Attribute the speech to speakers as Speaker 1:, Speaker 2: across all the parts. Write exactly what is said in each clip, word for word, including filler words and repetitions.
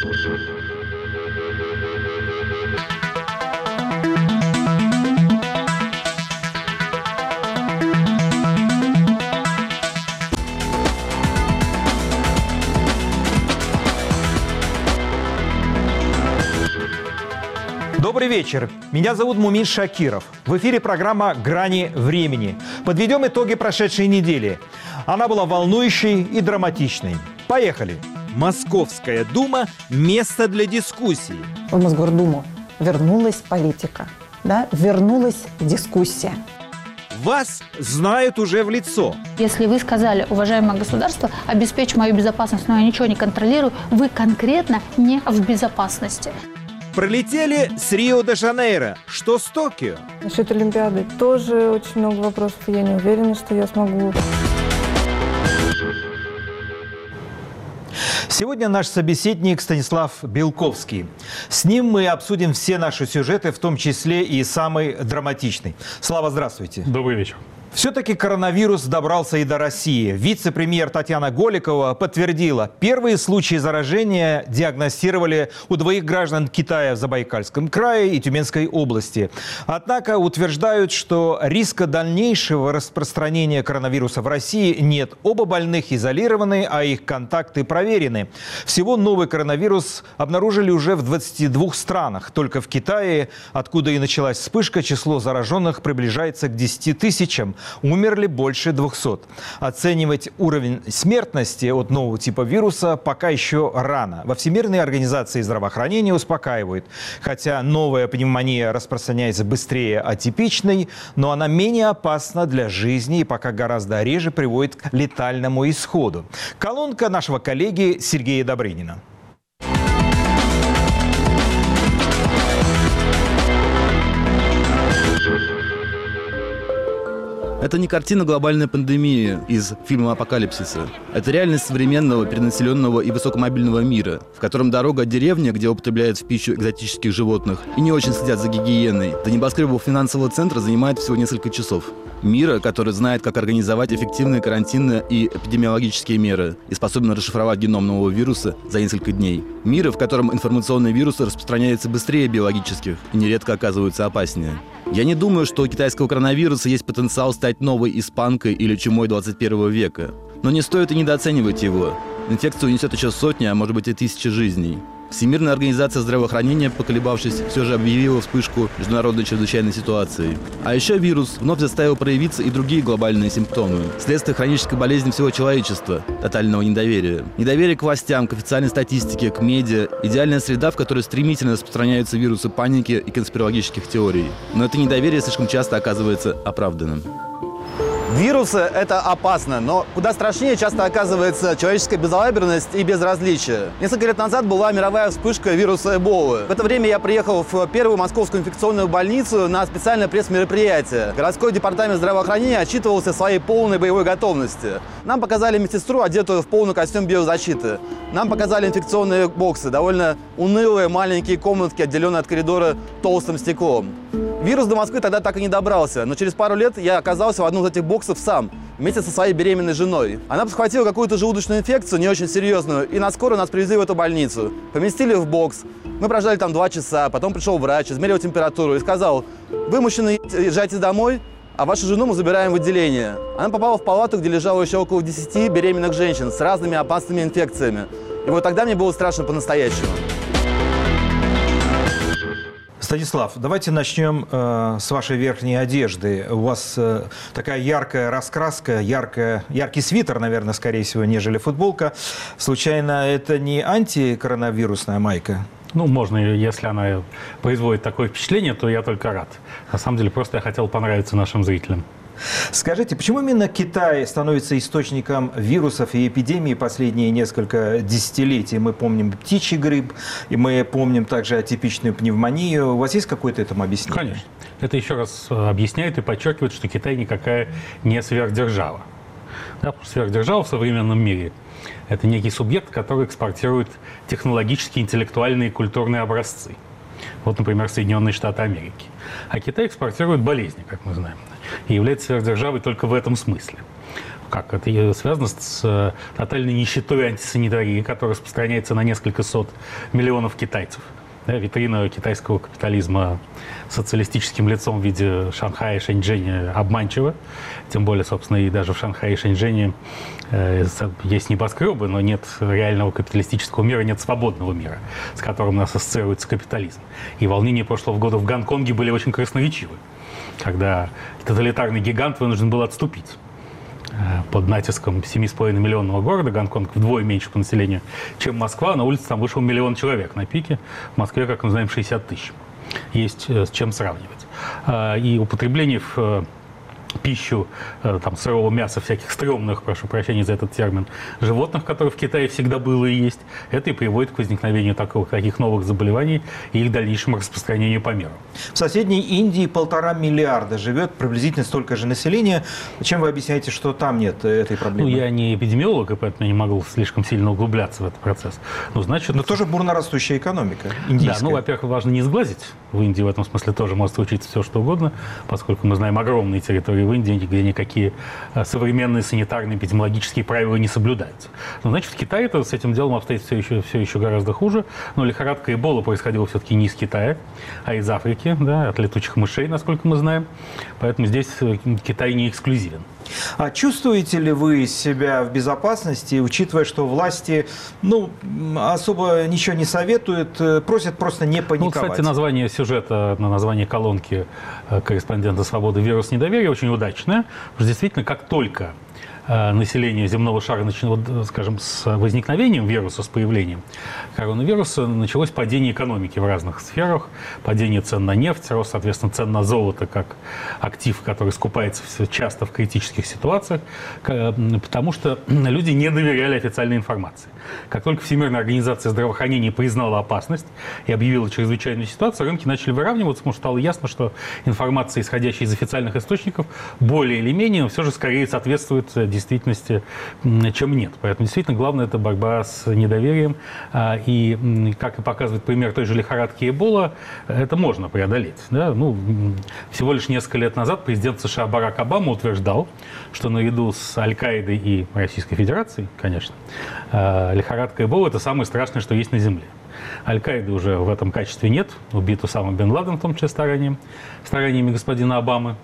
Speaker 1: Добрый вечер. Меня зовут Мумин Шакиров. В эфире программа «Грани времени». Подведем итоги прошедшей недели. Она была волнующей и драматичной. Поехали. Московская дума – место для дискуссий.
Speaker 2: В Мосгордуму вернулась политика, да? Вернулась дискуссия.
Speaker 1: Вас знают уже в лицо.
Speaker 3: Если вы сказали, уважаемое государство, обеспечь мою безопасность, но я ничего не контролирую, вы конкретно не в безопасности.
Speaker 1: Пролетели с Рио-де-Жанейро. Что с Токио?
Speaker 4: Насчет Олимпиады тоже очень много вопросов, и я не уверена, что я смогу.
Speaker 1: Сегодня наш собеседник Станислав Белковский. С ним мы обсудим все наши сюжеты, в том числе и самый драматичный. Слава, здравствуйте.
Speaker 5: Добрый вечер.
Speaker 1: Все-таки коронавирус добрался и до России. Вице-премьер Татьяна Голикова подтвердила, первые случаи заражения диагностировали у двоих граждан Китая в Забайкальском крае и Тюменской области. Однако утверждают, что риска дальнейшего распространения коронавируса в России нет. Оба больных изолированы, а их контакты проверены. Всего новый коронавирус обнаружили уже в двадцати двух странах. Только в Китае, откуда и началась вспышка, число зараженных приближается к десяти тысячам. Умерли больше двухсот. Оценивать уровень смертности от нового типа вируса пока еще рано. Во Всемирной организации здравоохранения успокаивают. Хотя новая пневмония распространяется быстрее атипичной, но она менее опасна для жизни и пока гораздо реже приводит к летальному исходу. Колонка нашего коллеги Сергея Добрынина.
Speaker 6: Это не картина глобальной пандемии из фильма «Апокалипсиса». Это реальность современного, перенаселенного и высокомобильного мира, в котором дорога от деревни, где употребляют в пищу экзотических животных и не очень следят за гигиеной, до небоскребов финансового центра занимает всего несколько часов. Мира, который знает, как организовать эффективные карантинные и эпидемиологические меры и способен расшифровать геном нового вируса за несколько дней. Мира, в котором информационные вирусы распространяются быстрее биологических и нередко оказываются опаснее. Я не думаю, что у китайского коронавируса есть потенциал стать новой испанкой или чумой двадцать первого века. Но не стоит и недооценивать его. Инфекция унесет еще сотни, а может быть и тысячи жизней. Всемирная организация здравоохранения, поколебавшись, все же объявила вспышку международной чрезвычайной ситуации. А еще вирус вновь заставил проявиться и другие глобальные симптомы. Следствие хронической болезни всего человечества – тотального недоверия. Недоверие к властям, к официальной статистике, к медиа – идеальная среда, в которой стремительно распространяются вирусы паники и конспирологических теорий. Но это недоверие слишком часто оказывается оправданным.
Speaker 7: Вирусы – это опасно, но куда страшнее часто оказывается человеческая безалаберность и безразличие. Несколько лет назад была мировая вспышка вируса Эболы. В это время я приехал в первую московскую инфекционную больницу на специальное пресс-мероприятие. Городской департамент здравоохранения отчитывался своей полной боевой готовности. Нам показали медсестру, одетую в полный костюм биозащиты. Нам показали инфекционные боксы, довольно унылые маленькие комнатки, отделенные от коридора толстым стеклом. Вирус до Москвы тогда так и не добрался, но через пару лет я оказался в одном из этих боксов сам, вместе со своей беременной женой. Она подхватила какую-то желудочную инфекцию, не очень серьезную, и на скорую нас привезли в эту больницу. Поместили в бокс. Мы прождали там два часа, потом пришел врач, измерил температуру и сказал: вы, мужчины, езжайте домой, а вашу жену мы забираем в отделение. Она попала в палату, где лежало еще около десяти беременных женщин с разными опасными инфекциями. И вот тогда мне было страшно по-настоящему.
Speaker 1: Станислав, давайте начнем э, с вашей верхней одежды. У вас э, такая яркая раскраска, яркая, яркий свитер, наверное, скорее всего, нежели футболка. Случайно это не антикоронавирусная майка?
Speaker 5: Ну, можно, если она производит такое впечатление, то я только рад. На самом деле, просто я хотел понравиться нашим зрителям.
Speaker 1: Скажите, почему именно Китай становится источником вирусов и эпидемий последние несколько десятилетий? Мы помним птичий грипп, и мы помним также атипичную пневмонию. У вас есть какое-то этому объяснение?
Speaker 5: Конечно. Это еще раз объясняет и подчеркивает, что Китай никакая не сверхдержава. Да, сверхдержава в современном мире – это некий субъект, который экспортирует технологические, интеллектуальные и культурные образцы. Вот, например, Соединенные Штаты Америки. А Китай экспортирует болезни, как мы знаем, и является сверхдержавой только в этом смысле. как это связано с тотальной нищетой и антисанитарией, которая распространяется на несколько сот миллионов китайцев. Да, витрина китайского капитализма социалистическим лицом в виде Шанхая и Шэньчжэня обманчива. Тем более, собственно, и даже в Шанхае и Шэньчжэне э, есть небоскребы, но нет реального капиталистического мира, нет свободного мира, с которым нас ассоциируется капитализм. И волнения прошлого года в Гонконге были очень красноречивы, когда тоталитарный гигант вынужден был отступить. Под натиском семи с половиной миллионного города, Гонконг вдвое меньше по населению, чем Москва. На улице там вышел миллион человек на пике. В Москве, как мы знаем, шестьдесят тысяч. Есть с чем сравнивать. И употребление в пищу там, сырого мяса, всяких стрёмных, прошу прощения за этот термин, животных, которые в Китае всегда было и есть, это и приводит к возникновению таких, таких новых заболеваний и их дальнейшему распространению по миру.
Speaker 1: В соседней Индии полтора миллиарда живет, приблизительно столько же населения. Чем вы объясняете, что там нет этой проблемы?
Speaker 5: Ну, я не эпидемиолог, и поэтому не могу слишком сильно углубляться в этот процесс. Ну, значит,
Speaker 1: Но тоже бурно растущая экономика индийская.
Speaker 5: Да, ну, во-первых, важно не сглазить. В Индии в этом смысле тоже может случиться все, что угодно, поскольку мы знаем огромные территории в Индии, где никакие современные санитарные эпидемиологические правила не соблюдаются. Но, значит, в Китае -то с этим делом обстоит все еще, все еще гораздо хуже. Но лихорадка Эбола происходила все-таки не из Китая, а из Африки, да, от летучих мышей, насколько мы знаем. Поэтому здесь Китай не эксклюзивен.
Speaker 1: А чувствуете ли вы себя в безопасности, учитывая, что власти ну, особо ничего не советуют, просят просто не паниковать?
Speaker 5: Ну, кстати, название сюжета, название колонки корреспондента «Свободы» «Вирус недоверия» очень удачное, потому что действительно, как только население земного шара начало, скажем, с возникновением вируса, с появлением коронавируса, началось падение экономики в разных сферах, падение цен на нефть, рост, соответственно, цен на золото как актив, который скупается все часто в критических ситуациях, потому что люди не доверяли официальной информации. Как только Всемирная организация здравоохранения признала опасность и объявила чрезвычайную ситуацию, рынки начали выравниваться, потому что стало ясно, что информация, исходящая из официальных источников, более или менее, но все же скорее соответствует действительности, чем нет. Поэтому действительно главное – это борьба с недоверием. И, как и показывает пример той же лихорадки Эбола, это можно преодолеть. Да? Ну, всего лишь несколько лет назад президент США Барак Обама утверждал, что наряду с Аль-Каидой и Российской Федерацией, конечно, лихорадка Эбола – это самое страшное, что есть на Земле. Аль-Каиды уже в этом качестве нет. Убит Усама бен Ладен, в том числе стараниями, стараниями господина Обамы.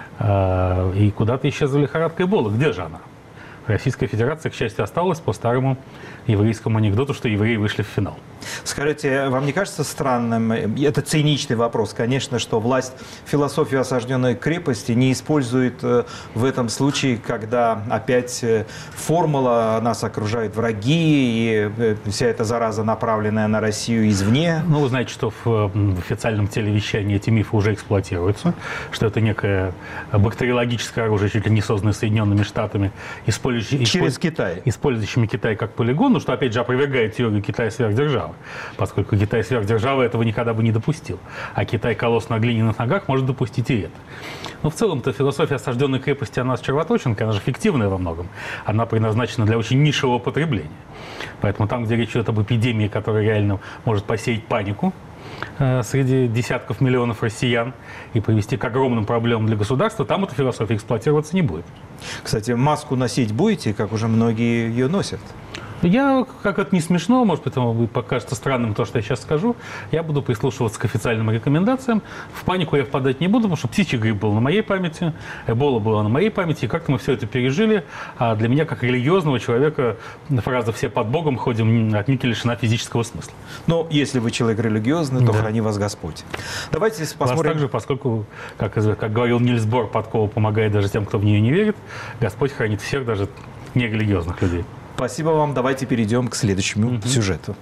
Speaker 5: И куда-то исчезла лихорадка Эбола. Где же она? Российская Федерация, к счастью, осталась по старому еврейскому анекдоту, что евреи вышли в финал.
Speaker 1: Скажите, вам не кажется странным, это циничный вопрос, конечно, что власть философию осажденной крепости не использует в этом случае, когда опять формула, нас окружают враги, и вся эта зараза, направленная на Россию извне?
Speaker 5: Ну, вы знаете, что в официальном телевещании эти мифы уже эксплуатируются, что это некое бактериологическое оружие, чуть ли не созданное Соединенными Штатами, использующими,
Speaker 1: через Китай,
Speaker 5: использующими Китай как полигон, ну, что, опять же, опровергает теорию Китая сверхдержавы, поскольку Китай сверхдержава этого никогда бы не допустил. А Китай, колосс на глиняных ногах, может допустить и это. Но в целом-то философия осажденной крепости, она с червоточинкой, она же фиктивная во многом. Она предназначена для очень низшего потребления. Поэтому там, где речь идет об эпидемии, которая реально может посеять панику э, среди десятков миллионов россиян и привести к огромным проблемам для государства, там эта философия эксплуатироваться не будет.
Speaker 1: Кстати, маску носить будете, как уже многие ее носят?
Speaker 5: Я, как это не смешно, может быть, вам покажется странным то, что я сейчас скажу, я буду прислушиваться к официальным рекомендациям. В панику я впадать не буду, потому что птичий грипп был на моей памяти, Эбола была на моей памяти, и как-то мы все это пережили. А для меня, как религиозного человека, фраза «все под Богом ходим» отнюдь лишена физического смысла.
Speaker 1: Но если вы человек религиозный, то
Speaker 5: да.
Speaker 1: Храни вас Господь. Давайте посмотрим.
Speaker 5: Вас также, поскольку, как, как говорил Нильс Бор, подкова помогает даже тем, кто в нее не верит, Господь хранит всех, даже нерелигиозных людей.
Speaker 1: Спасибо вам. Давайте перейдем к следующему mm-hmm. сюжету.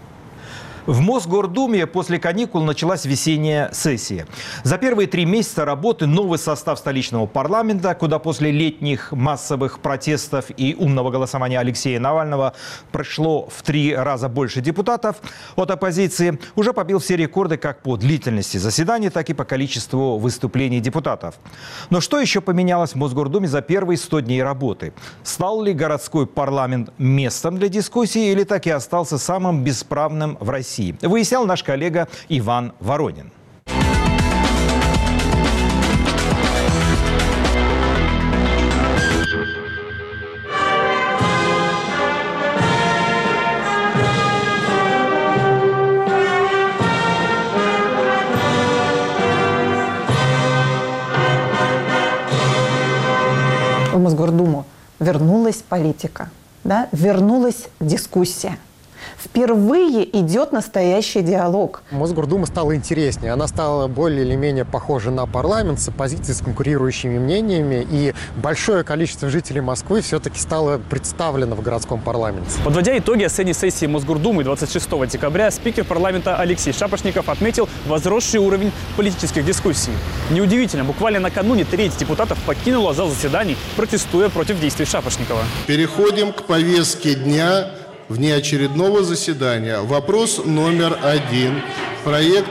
Speaker 1: В Мосгордуме после каникул началась весенняя сессия. За первые три месяца работы новый состав столичного парламента, куда после летних массовых протестов и умного голосования Алексея Навального пришло в три раза больше депутатов от оппозиции, уже побил все рекорды как по длительности заседаний, так и по количеству выступлений депутатов. Но что еще поменялось в Мосгордуме за первые сто дней работы? Стал ли городской парламент местом для дискуссии или так и остался самым бесправным в России? Выяснял наш коллега Иван Воронин.
Speaker 2: вернулась политика, да? Вернулась дискуссия. Впервые идет настоящий диалог.
Speaker 8: Мосгордума стала интереснее. Она стала более или менее похожа на парламент с оппозицией, с конкурирующими мнениями. И большое количество жителей Москвы все-таки стало представлено в городском парламенте.
Speaker 9: Подводя итоги осенней сессии Мосгордумы двадцать шестого декабря, спикер парламента Алексей Шапошников отметил возросший уровень политических дискуссий. Неудивительно, буквально накануне треть депутатов покинула зал заседаний, протестуя против действий Шапошникова.
Speaker 10: Переходим к повестке дня внеочередного заседания. Вопрос номер один. Проект...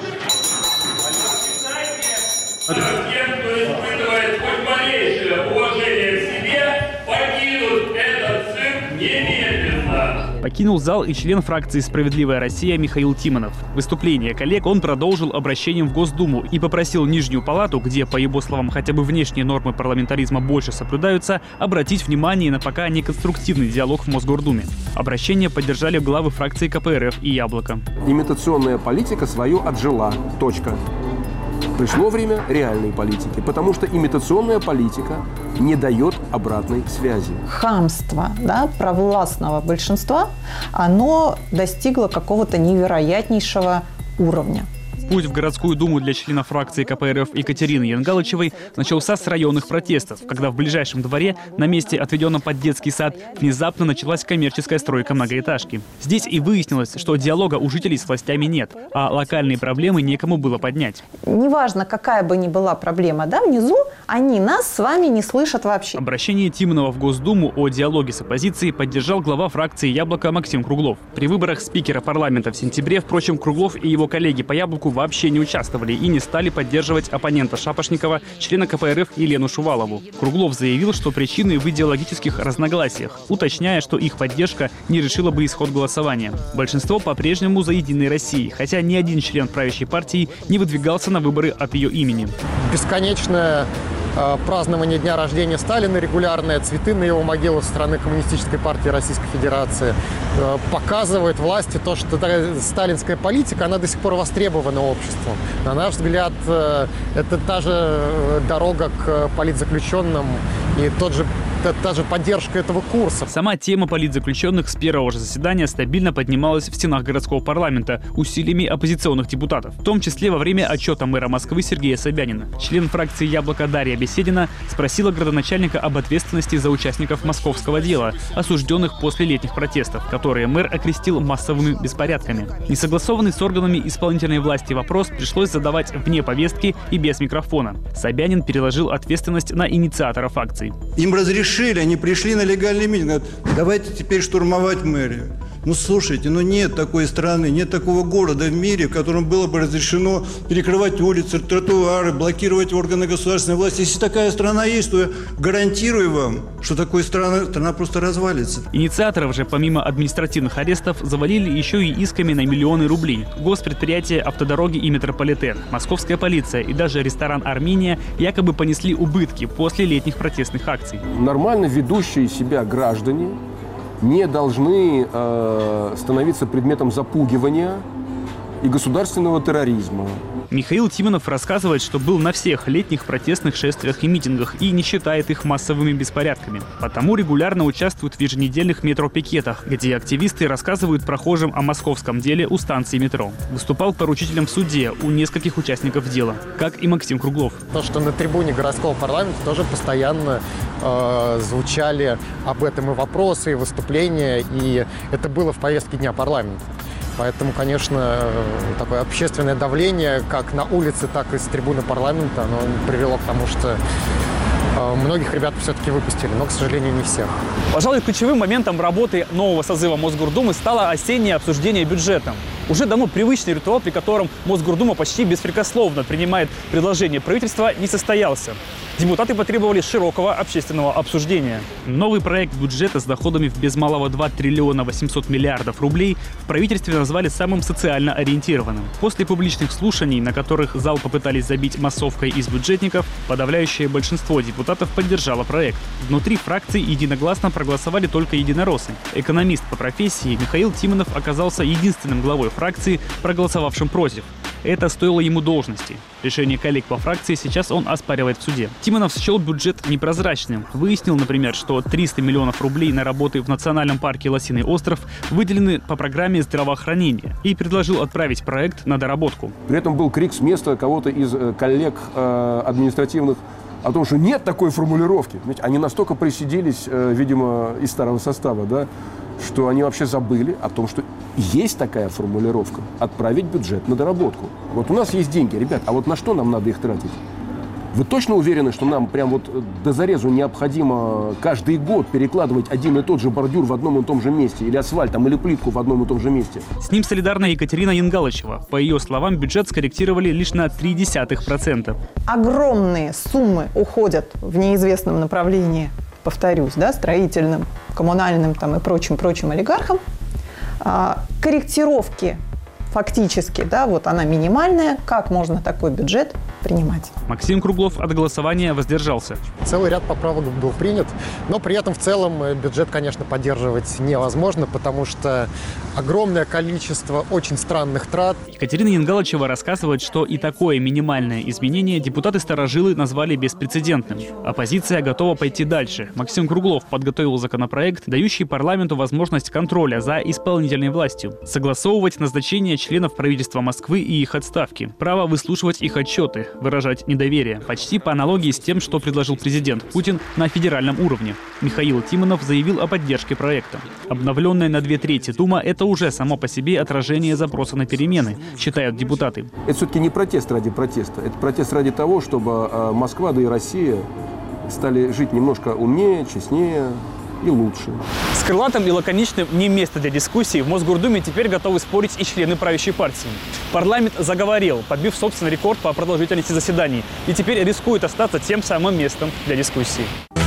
Speaker 9: Покинул зал и член фракции «Справедливая Россия» Михаил Тимонов. Выступление коллег он продолжил обращением в Госдуму и попросил Нижнюю палату, где, по его словам, хотя бы внешние нормы парламентаризма больше соблюдаются, обратить внимание на пока неконструктивный диалог в Мосгордуме. Обращение поддержали главы фракции ка пэ эр эф и «Яблоко».
Speaker 11: Имитационная политика свою отжила. Точка. Пришло время реальной политики, потому что имитационная политика не дает обратной связи.
Speaker 2: Хамство, да, провластного большинства, оно достигло какого-то невероятнейшего уровня.
Speaker 9: Путь в городскую думу для члена фракции ка пэ эр эф Екатерины Янгалычевой начался с районных протестов, когда в ближайшем дворе, на месте, отведенном под детский сад, внезапно началась коммерческая стройка многоэтажки. Здесь и выяснилось, что диалога у жителей с властями нет, а локальные проблемы некому было поднять.
Speaker 2: Неважно, какая бы ни была проблема, да, внизу они нас с вами не слышат вообще.
Speaker 9: Обращение Тимонова в Госдуму о диалоге с оппозицией поддержал глава фракции «Яблоко» Максим Круглов. При выборах спикера парламента в сентябре, впрочем, Круглов и его коллеги по «Яблоку» вообще не участвовали и не стали поддерживать оппонента Шапошникова, члена ка пэ эр эф Елену Шувалову. Круглов заявил, что причины в идеологических разногласиях, уточняя, что их поддержка не решила бы исход голосования. Большинство по-прежнему за «Единой Россией», хотя ни один член правящей партии не выдвигался на выборы от ее имени.
Speaker 8: Бесконечная празднование дня рождения Сталина регулярное, цветы на его могилу со стороны Коммунистической партии Российской Федерации показывает власти то, что сталинская политика, она до сих пор востребована обществом. На наш взгляд, это та же дорога к политзаключенным и тот же та же поддержка этого курса.
Speaker 9: Сама тема политзаключенных с первого же заседания стабильно поднималась в стенах городского парламента усилиями оппозиционных депутатов, в том числе во время отчета мэра Москвы Сергея Собянина. Член фракции «Яблоко» Дарья Беседина спросила градоначальника об ответственности за участников московского дела, осужденных после летних протестов, которые мэр окрестил массовыми беспорядками. Несогласованный с органами исполнительной власти вопрос пришлось задавать вне повестки и без микрофона. Собянин переложил ответственность на инициаторов акций.
Speaker 12: Им разрешили, они пришли на легальный митинг, говорят, давайте теперь штурмовать мэрию. Ну, слушайте, ну нет такой страны, нет такого города в мире, в котором было бы разрешено перекрывать улицы, тротуары, блокировать органы государственной власти. Если такая страна есть, то я гарантирую вам, что такой страна, страна просто развалится.
Speaker 9: Инициаторов же, помимо административных арестов, завалили еще и исками на миллионы рублей. Госпредприятия, автодороги и метрополитен, московская полиция и даже ресторан «Армения» якобы понесли убытки после летних протестных акций.
Speaker 11: Нормально ведущие себя граждане не должны э, становиться предметом запугивания и государственного терроризма.
Speaker 9: Михаил Тимонов рассказывает, что был на всех летних протестных шествиях и митингах и не считает их массовыми беспорядками. Потому регулярно участвует в еженедельных метро-пикетах, где активисты рассказывают прохожим о московском деле у станции метро. Выступал поручителем в суде у нескольких участников дела, как и Максим Круглов.
Speaker 8: То, что на трибуне городского парламента тоже постоянно э, звучали об этом и вопросы, и выступления, и это было в повестке дня парламента. Поэтому, конечно, такое общественное давление как на улице, так и с трибуны парламента, оно привело к тому, что многих ребят все-таки выпустили, но, к сожалению, не всех.
Speaker 9: Пожалуй, ключевым моментом работы нового созыва Мосгордумы стало осеннее обсуждение бюджета. Уже давно привычный ритуал, при котором Мосгордума почти беспрекословно принимает предложение правительства, не состоялся. Депутаты потребовали широкого общественного обсуждения. Новый проект бюджета с доходами в без малого два триллиона восемьсот миллиардов рублей в правительстве назвали самым социально ориентированным. После публичных слушаний, на которых зал попытались забить массовкой из бюджетников, подавляющее большинство депутатов поддержало проект. Внутри фракции единогласно проголосовали только единороссы. Экономист по профессии Михаил Тимонов оказался единственным главой фракции, проголосовавшим против. это стоило ему должности. Решение коллег по фракции сейчас он оспаривает в суде. Тимонов счел бюджет непрозрачным. Выяснил, например, что триста миллионов рублей на работы в национальном парке Лосиный остров выделены по программе здравоохранения и предложил отправить проект на доработку.
Speaker 11: При этом был крик с места кого-то из коллег э, административных о том, что нет такой формулировки. Ведь они настолько присиделись, э, видимо, из старого состава, да, что они вообще забыли о том, что есть такая формулировка – отправить бюджет на доработку. Вот у нас есть деньги, ребят, а вот на что нам надо их тратить? Вы точно уверены, что нам прям вот до зарезу необходимо каждый год перекладывать один и тот же бордюр в одном и том же месте, или асфальтом, или плитку в одном и том же месте?
Speaker 9: С ним солидарна Екатерина Янгалычева. По ее словам, бюджет скорректировали лишь на ноль целых три десятых процента.
Speaker 2: Огромные суммы уходят в неизвестном направлении, повторюсь, да, строительным, коммунальным там, и прочим-прочим олигархам. А, корректировки фактически, да, вот она минимальная. Как можно такой бюджет принимать?
Speaker 9: Максим Круглов от голосования воздержался.
Speaker 8: Целый ряд поправок был принят, но при этом в целом бюджет, конечно, поддерживать невозможно, потому что огромное количество очень странных трат.
Speaker 9: Екатерина Янгалычева рассказывает, что и такое минимальное изменение депутаты-старожилы назвали беспрецедентным. Оппозиция готова пойти дальше. Максим Круглов подготовил законопроект, дающий парламенту возможность контроля за исполнительной властью, согласовывать назначение членов правительства Москвы и их отставки, право выслушивать их отчеты, выражать недоверие, почти по аналогии с тем, что предложил президент Путин на федеральном уровне. Михаил Тимонов заявил о поддержке проекта. Обновленная на две трети Дума – это уже само по себе отражение запроса на перемены, считают депутаты.
Speaker 11: Это все-таки не протест ради протеста, это протест ради того, чтобы Москва, да и Россия стали жить немножко умнее, честнее и лучше.
Speaker 9: С крылатым и лаконичным не место для дискуссий в Мосгордуме теперь готовы спорить и члены правящей партии. Парламент заговорил, подбив собственный рекорд по продолжительности заседаний, и теперь рискует остаться тем самым местом для дискуссий.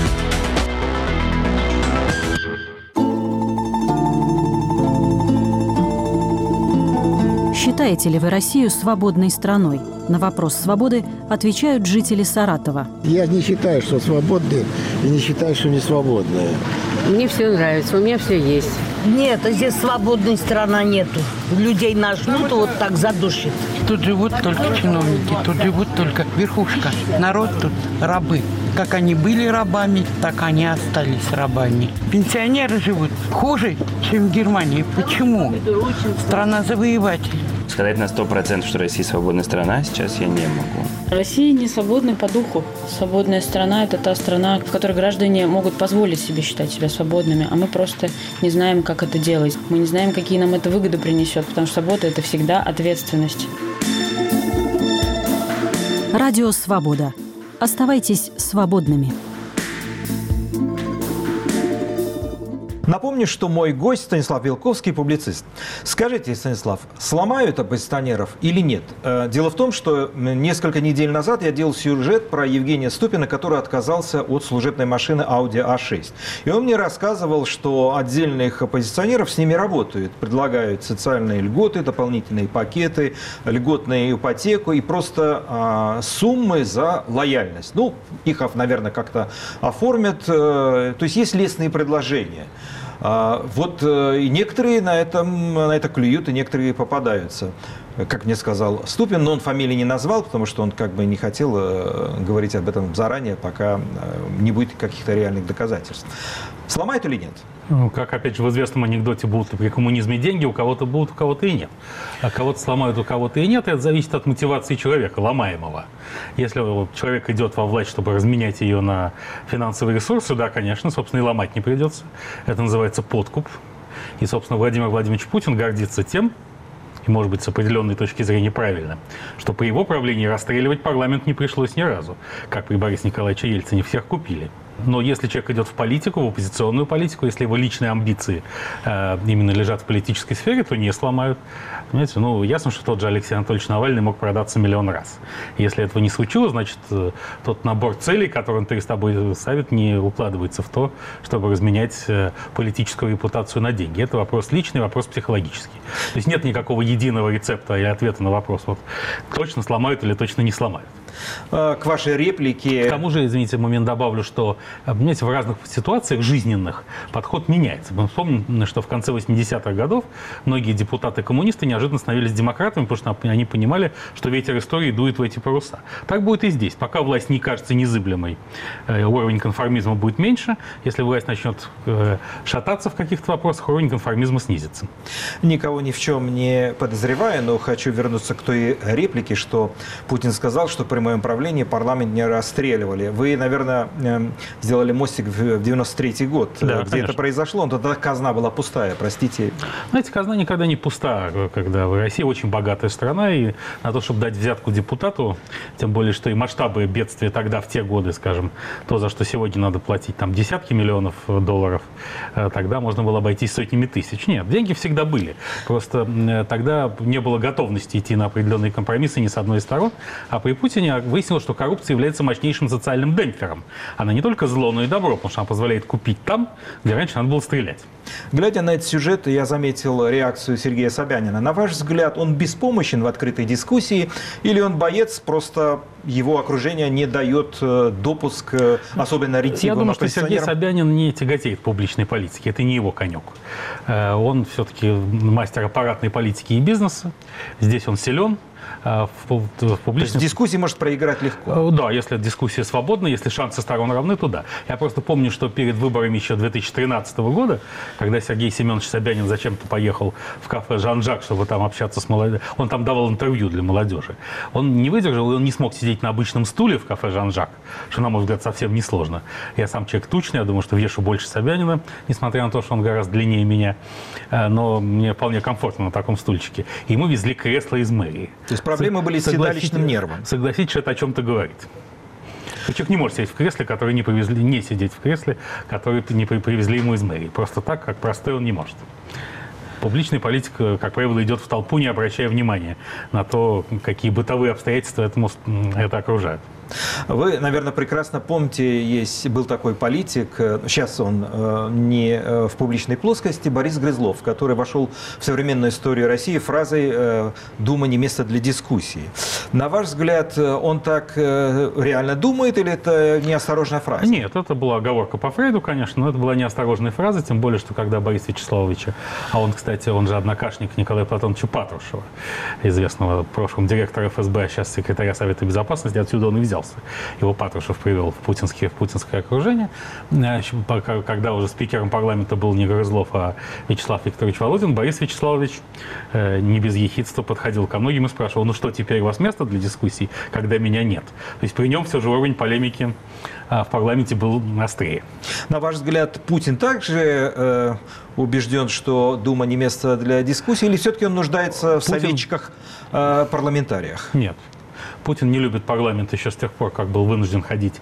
Speaker 13: Считаете ли вы Россию свободной страной? На вопрос свободы отвечают жители Саратова.
Speaker 14: Я не считаю, что свободные, и не считаю, что не свободные.
Speaker 15: Мне все нравится, у меня все есть.
Speaker 16: Нет, здесь свободной страны нету. Людей нажмут, вот так задушит.
Speaker 17: Тут живут только чиновники, тут живут только верхушка. Народ тут рабы. Как они были рабами, так они остались рабами. Пенсионеры живут хуже, чем в Германии. Почему? Страна завоевателей.
Speaker 18: Сказать на сто процентов, что Россия свободная страна, сейчас я не могу.
Speaker 19: Россия не свободна по духу. Свободная страна – это та страна, в которой граждане могут позволить себе считать себя свободными, а мы просто не знаем, как это делать. Мы не знаем, какие нам это выгоды принесет, потому что свобода – это всегда ответственность.
Speaker 13: Радио «Свобода». Оставайтесь свободными.
Speaker 1: Напомню, что мой гость Станислав Вилковский, публицист. Скажите, Станислав, сломают оппозиционеров или нет? Дело в том, что несколько недель назад я делал сюжет про Евгения Ступина, который отказался от служебной машины Audi а шесть. И он мне рассказывал, что отдельных оппозиционеров с ними работают. Предлагают социальные льготы, дополнительные пакеты, льготную ипотеку и просто а, суммы за лояльность. Ну, их, наверное, как-то оформят. То есть есть лестные предложения. Вот и некоторые на, этом, на это клюют, и некоторые попадаются. Как мне сказал Ступин, но он фамилии не назвал, потому что он как бы не хотел говорить об этом заранее, пока не будет каких-то реальных доказательств. Сломают или нет?
Speaker 5: Ну, как, опять же, в известном анекдоте, будут ли при коммунизме деньги, у кого-то будут, у кого-то и нет. А кого-то сломают, у кого-то и нет, и это зависит от мотивации человека, ломаемого. Если человек идет во власть, чтобы разменять ее на финансовые ресурсы, да, конечно, собственно, и ломать не придется. Это называется подкуп. И, собственно, Владимир Владимирович Путин гордится тем, и, может быть, с определенной точки зрения правильно, что при его правлении расстреливать парламент не пришлось ни разу, как при Борисе Николаевиче Ельцине, всех купили. Но если человек идет в политику, в оппозиционную политику, если его личные амбиции э, именно лежат в политической сфере, то не сломают. Понимаете, ну, ясно, что тот же Алексей Анатольевич Навальный мог продаться миллион раз. Если этого не случилось, значит, э, тот набор целей, который он перед собой ставит, не укладывается в то, чтобы разменять э, политическую репутацию на деньги. Это вопрос личный, вопрос психологический. То есть нет никакого единого рецепта и ответа на вопрос, вот, точно сломают или точно не сломают.
Speaker 1: К вашей реплике.
Speaker 5: К тому же, извините, момент добавлю, что, понимаете, в разных ситуациях жизненных подход меняется. Мы вспомним, что в конце восьмидесятых годов многие депутаты-коммунисты неожиданно становились демократами, потому что они понимали, что ветер истории дует в эти паруса. Так будет и здесь. Пока власть не кажется незыблемой, уровень конформизма будет меньше. Если власть начнет шататься в каких-то вопросах, уровень конформизма снизится.
Speaker 1: Никого ни в чем не подозреваю, но хочу вернуться к той реплике, что Путин сказал, что при моем правлении парламент не расстреливали. Вы, наверное, сделали мостик в девяносто третий год,
Speaker 5: да,
Speaker 1: где
Speaker 5: конечно.
Speaker 1: это произошло, но тогда казна была пустая, простите.
Speaker 5: Знаете, казна никогда не пуста, когда Россия очень богатая страна, и на то, чтобы дать взятку депутату, тем более, что и масштабы бедствия тогда, в те годы, скажем, то, за что сегодня надо платить там десятки миллионов долларов, тогда можно было обойтись сотнями тысяч. Нет, деньги всегда были. Просто тогда не было готовности идти на определенные компромиссы ни с одной из сторон, а при Путине выяснилось, что коррупция является мощнейшим социальным демпфером. Она не только зло, но и добро, потому что она позволяет купить там, где раньше надо было стрелять.
Speaker 1: Глядя на этот сюжет, я заметил реакцию Сергея Собянина. На ваш взгляд, он беспомощен в открытой дискуссии или он боец, просто его окружение не дает допуск, особенно ретивым
Speaker 5: Я думаю, что
Speaker 1: оппозиционерам?
Speaker 5: Сергей Собянин не тяготеет публичной политике. Это не его конек. Он все-таки мастер аппаратной политики и бизнеса. Здесь он силен. В, в, в публичном...
Speaker 1: То есть в дискуссии может проиграть легко?
Speaker 5: Да, если дискуссия свободна, если шансы сторон равны, то да. Я просто помню, что перед выборами еще две тысячи тринадцатого года, когда Сергей Семенович Собянин зачем-то поехал в кафе «Жан-Жак», чтобы там общаться с молодежью, он там давал интервью для молодежи. Он не выдержал, и он не смог сидеть на обычном стуле в кафе «Жан-Жак», что, на мой взгляд, совсем несложно. Я сам человек тучный, я думаю, что вешу больше Собянина, несмотря на то, что он гораздо длиннее меня, но мне вполне комфортно на таком стульчике. И ему везли кресло из мэрии.
Speaker 1: То есть проблемы были с седалищным нервом.
Speaker 5: Согласитесь, что это о чем-то говорит. Человек не может сидеть в кресле, который не привезли, не сидеть в кресле, который не привезли ему из мэрии. Просто так, как простой, он не может. Публичный политик, как правило, идет в толпу, не обращая внимания на то, какие бытовые обстоятельства этому, это окружают.
Speaker 1: Вы, наверное, прекрасно помните, есть, был такой политик, сейчас он э, не э, в публичной плоскости, Борис Грызлов, который вошел в современную историю России фразой э, «Дума не место для дискуссии». На ваш взгляд, он так э, реально думает или это неосторожная фраза?
Speaker 5: Нет, это была оговорка по Фрейду, конечно, но это была неосторожная фраза, тем более, что когда Борис Вячеславович, а он, кстати, он же однокашник Николая Платоновича Патрушева, известного в прошлом директора эф эс бэ, а сейчас секретаря Совета Безопасности, отсюда он и взял. Его Патрушев привел в путинское, в путинское окружение. Когда уже спикером парламента был не Грызлов, а Вячеслав Викторович Володин, Борис Вячеславович не без ехидства подходил ко многим и спрашивал: ну что, теперь у вас место для дискуссий, когда меня нет? То есть при нем все же уровень полемики в парламенте был острее.
Speaker 1: На ваш взгляд, Путин также э, убежден, что Дума не место для дискуссий, или все-таки он нуждается в Путин... советчиках, э, парламентариях?
Speaker 5: Нет. Путин не любит парламент еще с тех пор, как был вынужден ходить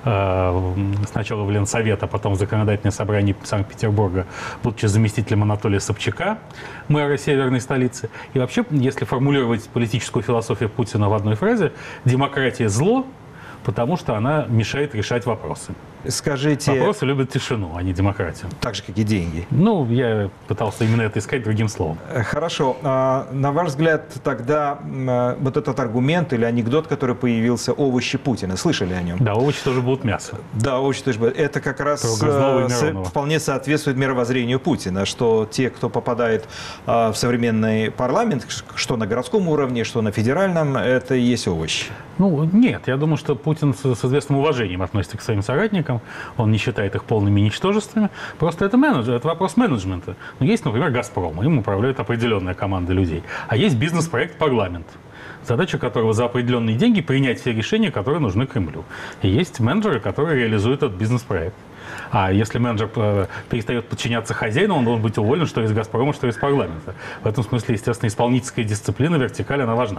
Speaker 5: э, сначала в Ленсовет, а потом в Законодательное собрание Санкт-Петербурга, будучи заместителем Анатолия Собчака, мэра северной столицы. И вообще, если формулировать политическую философию Путина в одной фразе, демократия – зло, потому что она мешает решать вопросы.
Speaker 1: Скажите...
Speaker 5: Вопросы любят тишину, а не демократию.
Speaker 1: Так же, как и деньги.
Speaker 5: Ну, я пытался именно это искать другим словом.
Speaker 1: Хорошо. На ваш взгляд, тогда вот этот аргумент или анекдот, который появился, овощи Путина, слышали о нем?
Speaker 5: Да, овощи тоже будут мясо.
Speaker 1: Да, овощи тоже будут. Это как раз вполне соответствует мировоззрению Путина, что те, кто попадает в современный парламент, что на городском уровне, что на федеральном, это и есть овощи.
Speaker 5: Ну, нет. Я думаю, что Путин с известным уважением относится к своим соратникам. Он не считает их полными ничтожествами. Просто это менеджер, это вопрос менеджмента. Но есть, например, «Газпром», им управляет определенная команда людей. А есть бизнес-проект «Парламент», задача которого за определенные деньги принять все решения, которые нужны Кремлю. И есть менеджеры, которые реализуют этот бизнес-проект. А если менеджер перестает подчиняться хозяину, он должен быть уволен, что из «Газпрома», что из парламента. В этом смысле, естественно, исполнительская дисциплина, вертикаль, она важна.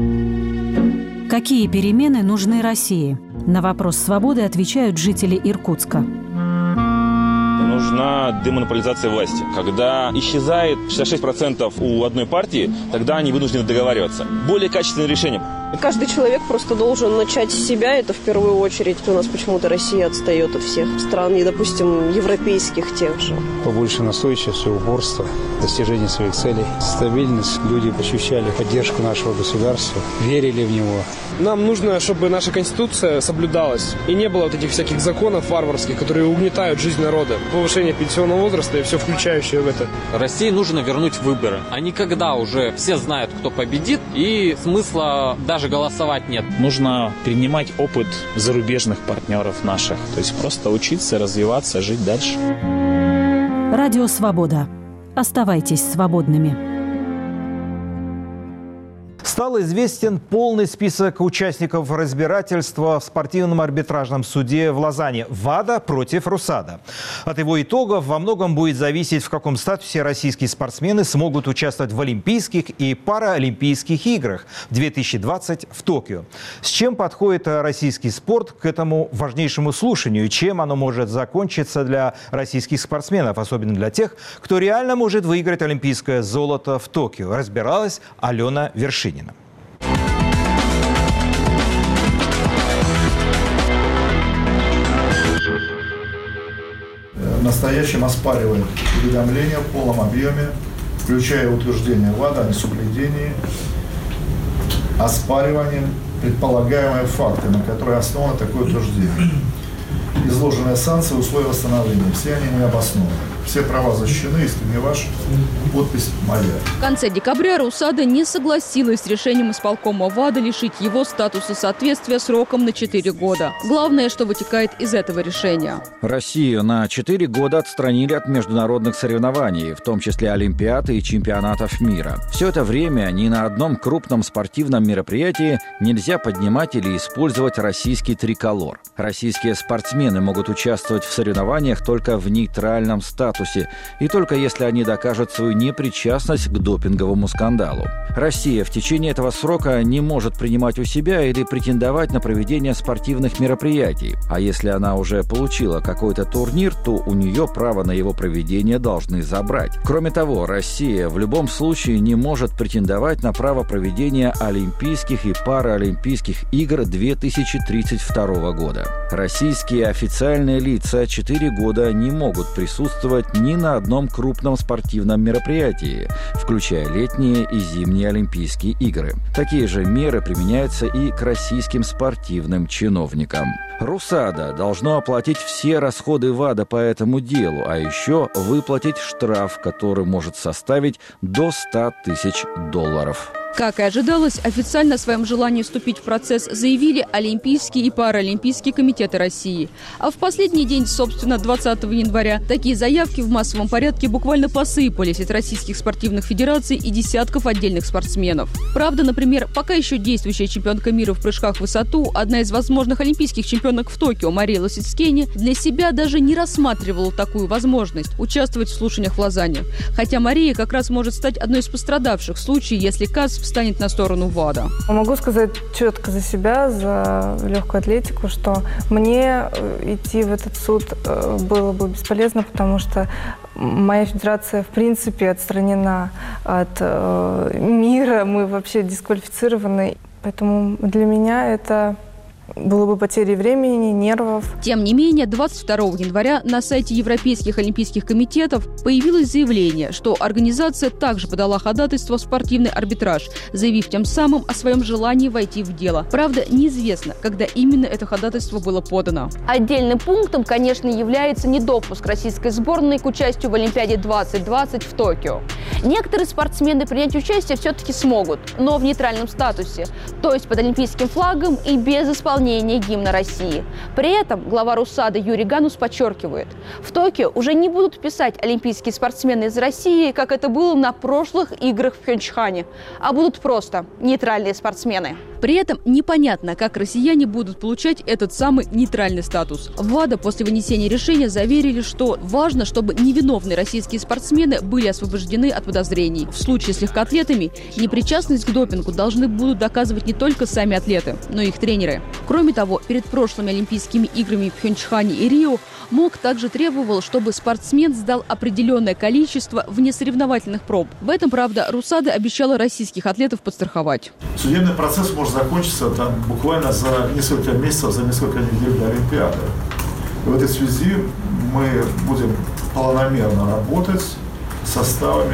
Speaker 13: Какие перемены нужны России? На вопрос «Свободы» отвечают жители Иркутска.
Speaker 20: нужна демонополизация власти. Когда исчезает шестьдесят шесть процентов у одной партии, тогда они вынуждены договариваться. Более качественное решение.
Speaker 21: Каждый человек просто должен начать с себя, это в первую очередь. У нас почему-то Россия отстает от всех стран, и, допустим, европейских тех же.
Speaker 22: Побольше настойчивости, упорства, достижения своих целей, стабильность. Люди ощущали поддержку нашего государства, верили в него.
Speaker 23: Нам нужно, чтобы наша Конституция соблюдалась, и не было вот этих всяких законов варварских, которые угнетают жизнь народа. Повышение пенсионного возраста и все включающее в это.
Speaker 24: России нужно вернуть выборы. А не когда уже все знают, кто победит, и смысла даже голосовать нет.
Speaker 25: Нужно перенимать опыт зарубежных партнеров наших. То есть просто учиться, развиваться, жить дальше.
Speaker 13: Радио «Свобода». Оставайтесь свободными.
Speaker 1: Стал известен полный список участников разбирательства в спортивном арбитражном суде в Лозанне «ВАДА против РУСАДА». От его итогов во многом будет зависеть, в каком статусе российские спортсмены смогут участвовать в Олимпийских и Паралимпийских играх в две тысячи двадцать в Токио. С чем подходит российский спорт к этому важнейшему слушанию и чем оно может закончиться для российских спортсменов, особенно для тех, кто реально может выиграть олимпийское золото в Токио, разбиралась Алена Вершинина.
Speaker 26: В настоящем оспаривает уведомления в полном объеме, включая утверждение ВАДА о несоблюдении, оспариванием предполагаемые факты, на которые основано такое утверждение. Изложенные санкции, условия восстановления, все они не обоснованы. Все права защищены, искренне ваш, подпись моя.
Speaker 27: В конце декабря РУСАДА не согласилась с решением исполкома ВАДА лишить его статуса соответствия сроком на четыре года. Главное, что вытекает из этого решения.
Speaker 28: Россию на четыре года отстранили от международных соревнований, в том числе Олимпиад и чемпионатов мира. Все это время ни на одном крупном спортивном мероприятии нельзя поднимать или использовать российский триколор. Российские спортсмены могут участвовать в соревнованиях только в нейтральном статусе, и только если они докажут свою непричастность к допинговому скандалу. Россия в течение этого срока не может принимать у себя или претендовать на проведение спортивных мероприятий. А если она уже получила какой-то турнир, то у нее право на его проведение должны забрать. Кроме того, Россия в любом случае не может претендовать на право проведения Олимпийских и Паралимпийских игр две тысячи тридцать второго года. Российские официальные лица четыре года не могут присутствовать ни на одном крупном спортивном мероприятии, включая летние и зимние Олимпийские игры. Такие же меры применяются и к российским спортивным чиновникам. РУСАДА должно оплатить все расходы ВАДА по этому делу, а еще выплатить штраф, который может составить до ста тысяч долларов.
Speaker 27: Как и ожидалось, официально о своем желании вступить в процесс заявили Олимпийские и Паралимпийские комитеты России. А в последний день, собственно, двадцатого января, такие заявки в массовом порядке буквально посыпались от российских спортивных федераций и десятков отдельных спортсменов. Правда, например, пока еще действующая чемпионка мира в прыжках в высоту, одна из возможных олимпийских чемпионок в Токио, Мария Лосицкене, для себя даже не рассматривала такую возможность участвовать в слушаниях в Лозанне. Хотя Мария как раз может стать одной из пострадавших в случае, если КАС встанет на сторону ВАДА.
Speaker 4: Могу сказать четко за себя, за легкую атлетику, что мне идти в этот суд было бы бесполезно, потому что моя федерация в принципе отстранена от мира, мы вообще дисквалифицированы. Поэтому для меня это было бы потерей времени, нервов.
Speaker 27: Тем не менее, двадцать второго января на сайте Европейских олимпийских комитетов появилось заявление, что организация также подала ходатайство в спортивный арбитраж, заявив тем самым о своем желании войти в дело. Правда, неизвестно, когда именно это ходатайство было подано.
Speaker 29: Отдельным пунктом, конечно, является недопуск российской сборной к участию в Олимпиаде двадцать двадцать в Токио. Некоторые спортсмены принять участие все-таки смогут, но в нейтральном статусе, то есть под олимпийским флагом и без исполнения гимна России. При этом глава РУСАДА Юрий Ганус подчеркивает, в Токио уже не будут писать олимпийские спортсмены из России, как это было на прошлых играх в Пхенчхане, а будут просто нейтральные спортсмены.
Speaker 27: При этом непонятно, как россияне будут получать этот самый нейтральный статус. В ВАДА после вынесения решения заверили, что важно, чтобы невиновные российские спортсмены были освобождены от подозрений. В случае с легкоатлетами непричастность к допингу должны будут доказывать не только сами атлеты, но и их тренеры. Кроме того, перед прошлыми Олимпийскими играми в Пхенчхане и Рио МОК также требовал, чтобы спортсмен сдал определенное количество внесоревновательных проб. В этом, правда, РУСАДА обещала российских атлетов подстраховать.
Speaker 26: Судебный процесс может закончиться там, буквально за несколько месяцев, за несколько недель до Олимпиады. И в этой связи мы будем планомерно работать с составами,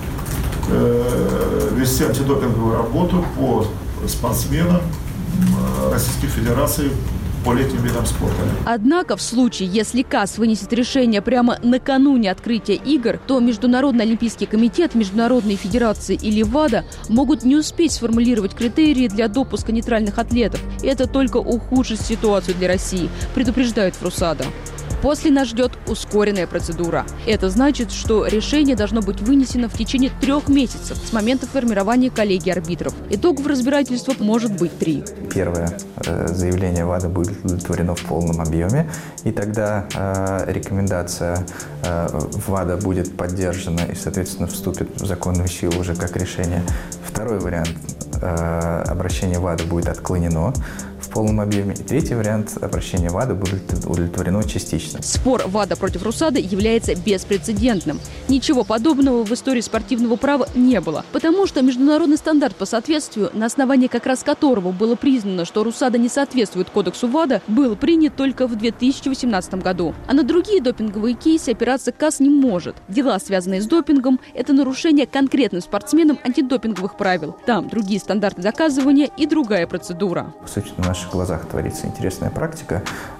Speaker 26: э, вести антидопинговую работу по спортсменам э, Российской Федерации по летним видам спорта.
Speaker 27: Однако в случае, если КАС вынесет решение прямо накануне открытия игр, то Международный Олимпийский комитет, Международные федерации или ВАДА могут не успеть сформулировать критерии для допуска нейтральных атлетов. И это только ухудшит ситуацию для России, предупреждают в РУСАДА. После нас ждет ускоренная процедура. Это значит, что решение должно быть вынесено в течение трех месяцев с момента формирования коллегии арбитров. Итогов разбирательства может быть три.
Speaker 2: Первое э, заявление ВАДА будет удовлетворено в полном объеме, и тогда э, рекомендация э, ВАДА будет поддержана и, соответственно, вступит в законную силу уже как решение. Второй вариант э, обращение ВАДА будет отклонено в полном объеме. И третий вариант обращения ВАДА будет удовлетворено частично.
Speaker 27: Спор ВАДА против РУСАДА является беспрецедентным. Ничего подобного в истории спортивного права не было, потому что международный стандарт по соответствию, на основании как раз которого было признано, что РУСАДА не соответствует кодексу ВАДА, был принят только в две тысячи восемнадцатом году. А на другие допинговые кейсы опираться КАС не может. Дела, связанные с допингом, это нарушение конкретным спортсменам антидопинговых правил. Там другие стандарты доказывания и другая процедура.
Speaker 2: По сути, на наших глазах творится интересная практика,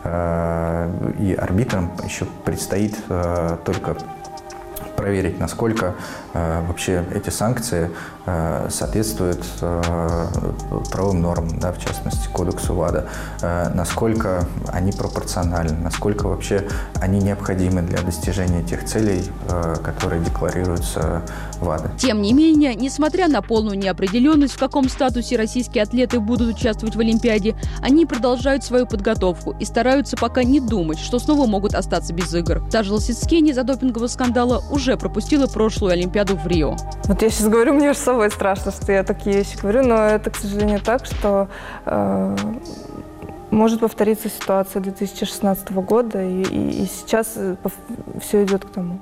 Speaker 2: и арбитрам еще предстоит только проверить, насколько э, вообще эти санкции э, соответствуют э, правовым нормам, да, в частности, кодексу ВАДА, э, насколько они пропорциональны, насколько вообще они необходимы для достижения тех целей, э, которые декларируются ВАДА.
Speaker 27: Тем не менее, несмотря на полную неопределенность, в каком статусе российские атлеты будут участвовать в Олимпиаде, они продолжают свою подготовку и стараются пока не думать, что снова могут остаться без игр. Тажа Лосицкене из-за допингового скандала уже уже пропустила прошлую Олимпиаду в Рио.
Speaker 4: Вот я сейчас говорю, мне аж самое страшно, что я такие вещи говорю, но это, к сожалению, так, что э, может повториться ситуация две тысячи шестнадцатого года, и, и, и сейчас все идет к тому.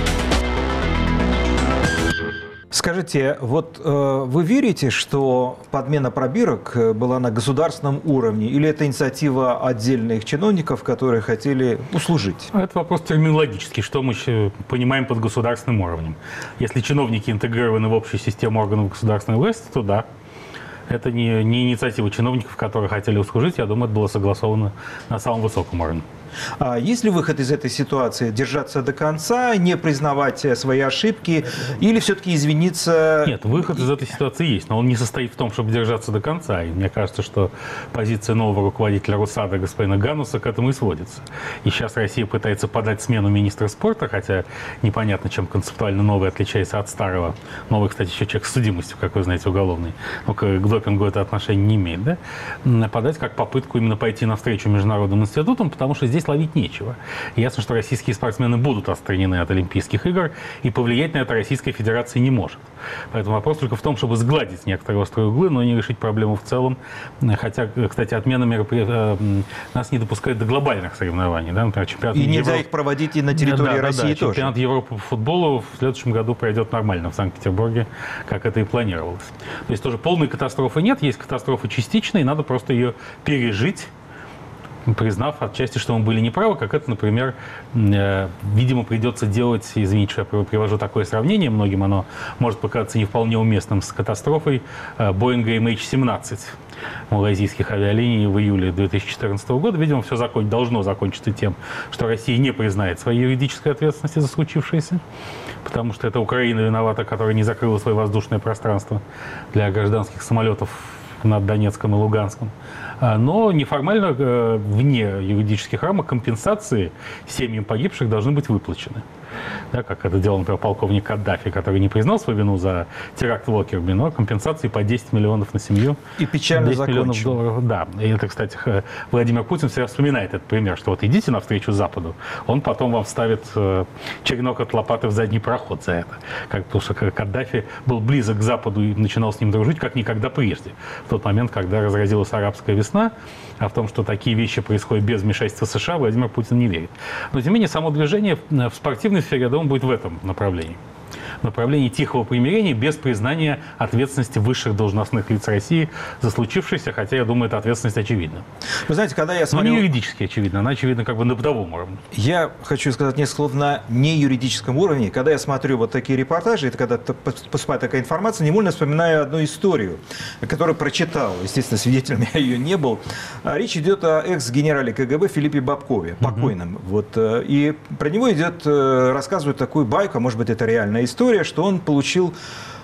Speaker 1: Скажите, вот э, вы верите, что подмена пробирок была на государственном уровне, или это инициатива отдельных чиновников, которые хотели услужить?
Speaker 5: Это вопрос терминологический, что мы понимаем под государственным уровнем. Если чиновники интегрированы в общую систему органов государственной власти, то да. Это не, не инициатива чиновников, которые хотели услужить, я думаю, это было согласовано на самом высоком уровне.
Speaker 1: А есть ли выход из этой ситуации? Держаться до конца, не признавать свои ошибки или все-таки извиниться?
Speaker 5: Нет, выход из этой ситуации есть, но он не состоит в том, чтобы держаться до конца. И мне кажется, что позиция нового руководителя РУСАДА, господина Гануса, к этому и сводится. И сейчас Россия пытается подать смену министра спорта, хотя непонятно, чем концептуально новый отличается от старого. Новый, кстати, еще человек с судимостью, как вы знаете, уголовный. Но к, к допингу это отношение не имеет. Да? Подать как попытку именно пойти навстречу международным институтам, потому что здесь ловить нечего. Ясно, что российские спортсмены будут отстранены от Олимпийских игр, и повлиять на это Российская Федерация не может. Поэтому вопрос только в том, чтобы сгладить некоторые острые углы, но не решить проблему в целом. Хотя, кстати, отмена мероприятий нас не допускает до глобальных соревнований. Да? Например, чемпионат
Speaker 1: и нельзя
Speaker 5: Европы...
Speaker 1: их проводить и на территории
Speaker 5: да,
Speaker 1: России
Speaker 5: да, да.
Speaker 1: тоже.
Speaker 5: Чемпионат Европы по футболу в следующем году пройдет нормально в Санкт-Петербурге, как это и планировалось. То есть тоже полной катастрофы нет, есть катастрофа частичная, и надо просто ее пережить, признав отчасти, что мы были неправы, как это, например, э, видимо, придется делать, извините, что я привожу такое сравнение, многим оно может показаться не вполне уместным, с катастрофой э, Боинга эм эйч семнадцать малайзийских авиалиний в июле две тысячи четырнадцатого года. Видимо, все закон... должно закончиться тем, что Россия не признает своей юридической ответственности за случившееся, потому что это Украина виновата, которая не закрыла свое воздушное пространство для гражданских самолетов над Донецком и Луганском. Но неформально, вне юридических рамок, компенсации семьям погибших должны быть выплачены. да, как это делал, например, полковник Каддафи, который не признал свою вину за теракт в Локерби, но компенсации по десять миллионов на семью.
Speaker 1: И печально
Speaker 5: десять миллионов
Speaker 1: закончил.
Speaker 5: долларов. Да, и это, кстати, Владимир Путин всегда вспоминает этот пример, что вот идите навстречу Западу, он потом вам вставит э, черенок от лопаты в задний проход за это. Как, потому что Каддафи был близок к Западу и начинал с ним дружить как никогда прежде. В тот момент, когда разразилась арабская весна, а в том, что такие вещи происходят без вмешательства США, Владимир Путин не верит. Но, тем не менее, само движение в спортивной сфере, я думаю, будет в этом направлении. В направлении тихого примирения без признания ответственности высших должностных лиц России за случившееся, хотя, я думаю, эта ответственность очевидна.
Speaker 1: Вы знаете, когда я смотрю...
Speaker 5: Но не юридически очевидна, она очевидна как бы на бытовом уровне.
Speaker 1: Я хочу сказать несколько слов на неюридическом уровне. Когда я смотрю вот такие репортажи, это когда поступает такая информация, невольно вспоминаю одну историю, которую прочитал. Естественно, свидетелем я ее не был. Речь идет о экс-генерале ка гэ бэ Филиппе Бобкове, покойном. Mm-hmm. Вот, и про него идет, рассказывают такую байку, а может быть, это реальная история, что он получил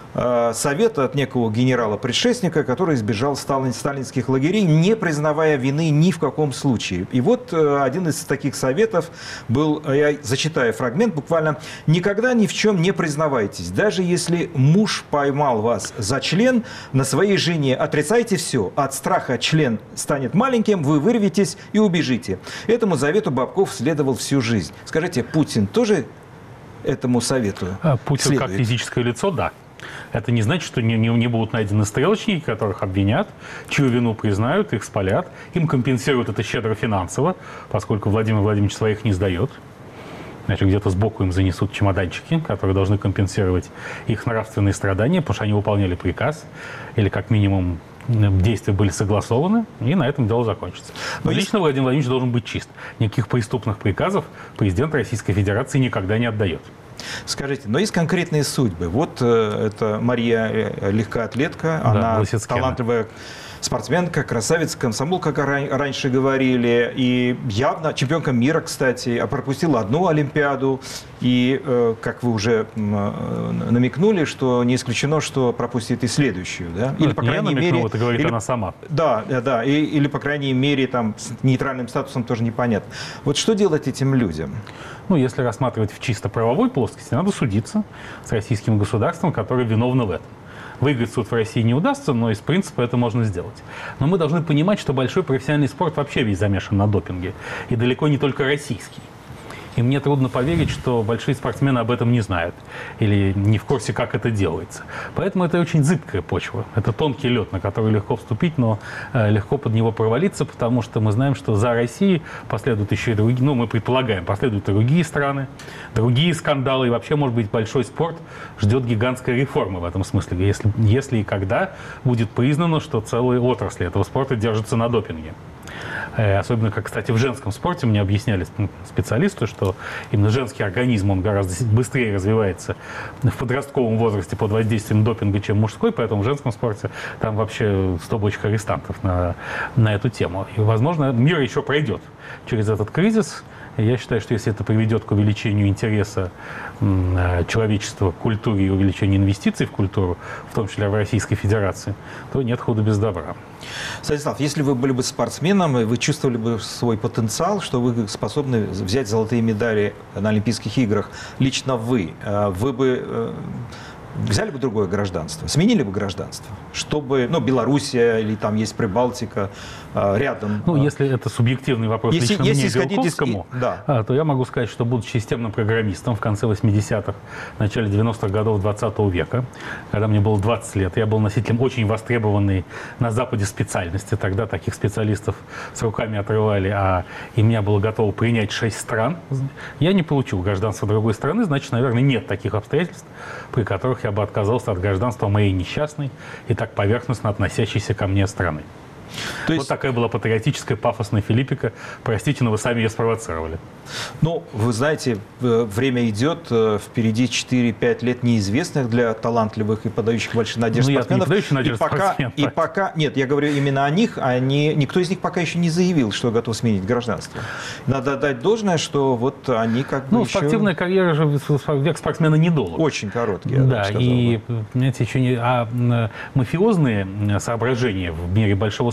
Speaker 1: э, совет от некого генерала-предшественника, который избежал сталин, сталинских лагерей, не признавая вины ни в каком случае. И вот э, один из таких советов был, я зачитаю фрагмент буквально: «Никогда ни в чем не признавайтесь. Даже если муж поймал вас за член, на своей жене отрицайте все. От страха член станет маленьким, вы вырветесь и убежите». Этому завету Бобков следовал всю жизнь. Скажите, Путин тоже этому совету
Speaker 5: Путин
Speaker 1: следует?
Speaker 5: Как физическое лицо, да. Это не значит, что не, не, не будут найдены стрелочники, которых обвинят, чью вину признают, их спалят. Им компенсируют это щедро финансово, поскольку Владимир Владимирович своих не сдает. Значит, где-то сбоку им занесут чемоданчики, которые должны компенсировать их нравственные страдания, потому что они выполняли приказ, или как минимум действия были согласованы, и на этом дело закончится. Но, Но лично есть... Владимир Владимирович должен быть чист. Никаких преступных приказов президент Российской Федерации никогда не отдает.
Speaker 1: Скажите, но есть конкретные судьбы. Вот э, это Мария, э, легкоатлетка, да, она талантливая спортсменка, красавица, комсомолка, как раньше говорили, и явно чемпионка мира, кстати, пропустила одну Олимпиаду, и, э, как вы уже э, намекнули, что не исключено, что пропустит и следующую, да? Или,
Speaker 5: ну, по крайней намекнул, мере, это говорит или, она сама.
Speaker 1: Да, да, и, или, по крайней мере, там, с нейтральным статусом тоже непонятно. Вот что делать этим людям?
Speaker 5: Ну, если рассматривать в чисто правовой плоскости, надо судиться с российским государством, которое виновно в этом. Выиграть суд в России не удастся, но из принципа это можно сделать. Но мы должны понимать, что большой профессиональный спорт вообще весь замешан на допинге. И далеко не только российский. И мне трудно поверить, что большие спортсмены об этом не знают или не в курсе, как это делается. Поэтому это очень зыбкая почва. Это тонкий лед, на который легко вступить, но э, легко под него провалиться, потому что мы знаем, что за Россией последуют еще и другие, ну, мы предполагаем, последуют и другие страны, другие скандалы. И вообще, может быть, большой спорт ждет гигантская реформа в этом смысле, если, если и когда будет признано, что целые отрасли этого спорта держатся на допинге. Особенно, как, кстати, в женском спорте мне объясняли специалисты, что именно женский организм, он гораздо быстрее развивается в подростковом возрасте под воздействием допинга, чем мужской, поэтому в женском спорте там вообще сто бочек арестантов на, на эту тему. И, возможно, мир еще пройдет через этот кризис. Я считаю, что если это приведет к увеличению интереса человечества к культуре и увеличению инвестиций в культуру, в том числе в Российской Федерации, то нет худа без добра.
Speaker 1: Станислав, если вы были бы спортсменом, и вы чувствовали бы свой потенциал, что вы способны взять золотые медали на Олимпийских играх, лично вы, вы бы взяли бы другое гражданство, сменили бы гражданство, чтобы, ну, Белоруссия или там есть Прибалтика рядом.
Speaker 5: Ну, если это субъективный вопрос если, лично если мне, Белковскому, из... да. то я могу сказать, что, будучи системным программистом в конце восьмидесятых, в начале девяностых годов двадцатого века, когда мне было двадцать лет, я был носителем очень востребованной на Западе специальности. Тогда таких специалистов с руками отрывали, а и меня было готово принять шесть стран. Я не получил гражданство другой страны, значит, наверное, нет таких обстоятельств, при которых я бы отказался от гражданства моей несчастной и так поверхностно относящейся ко мне страны. То есть... Вот такая была патриотическая, пафосная Филиппика. Простите, но вы сами ее спровоцировали.
Speaker 1: Ну, вы знаете, время идет, впереди четыре-пять лет неизвестных для талантливых и подающих большие надежды ну, спортсменов.
Speaker 5: Не надежды
Speaker 1: и, пока, и пока, нет, я говорю именно о них, они, никто из них пока еще не заявил, что готов сменить гражданство. Надо отдать должное, что вот они как бы
Speaker 5: Ну,
Speaker 1: еще...
Speaker 5: спортивная карьера же, век спортсмена недолг.
Speaker 1: Очень короткий, я
Speaker 5: Да,
Speaker 1: сказал,
Speaker 5: и,
Speaker 1: бы.
Speaker 5: понимаете, еще не... А мафиозные соображения в мире большого спорта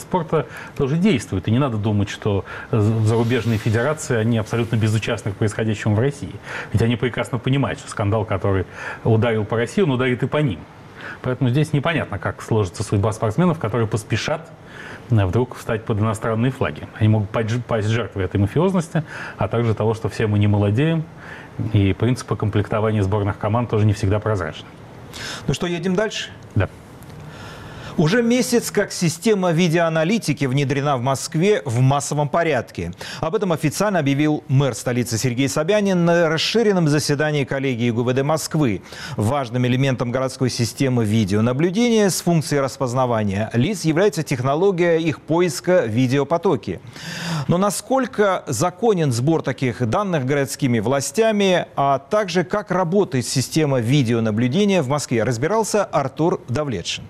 Speaker 5: спорта тоже действует. И не надо думать, что зарубежные федерации, они абсолютно безучастны к происходящему в России. Ведь они прекрасно понимают, что скандал, который ударил по России, он ударит и по ним. Поэтому здесь непонятно, как сложится судьба спортсменов, которые поспешат вдруг встать под иностранные флаги. Они могут пасть жертвой этой мафиозности, а также того, что все мы не молодеем, и принципы комплектования сборных команд тоже не всегда прозрачны.
Speaker 1: Ну что, едем дальше?
Speaker 5: Да.
Speaker 1: Уже месяц, как система видеоаналитики внедрена в Москве в массовом порядке. Об этом официально объявил мэр столицы Сергей Собянин на расширенном заседании коллегии ГУВД Москвы. Важным элементом городской системы видеонаблюдения с функцией распознавания лиц является технология их поиска в видеопотоке. Но насколько законен сбор таких данных городскими властями, а также как работает система видеонаблюдения в Москве, разбирался Артур Давлетшин.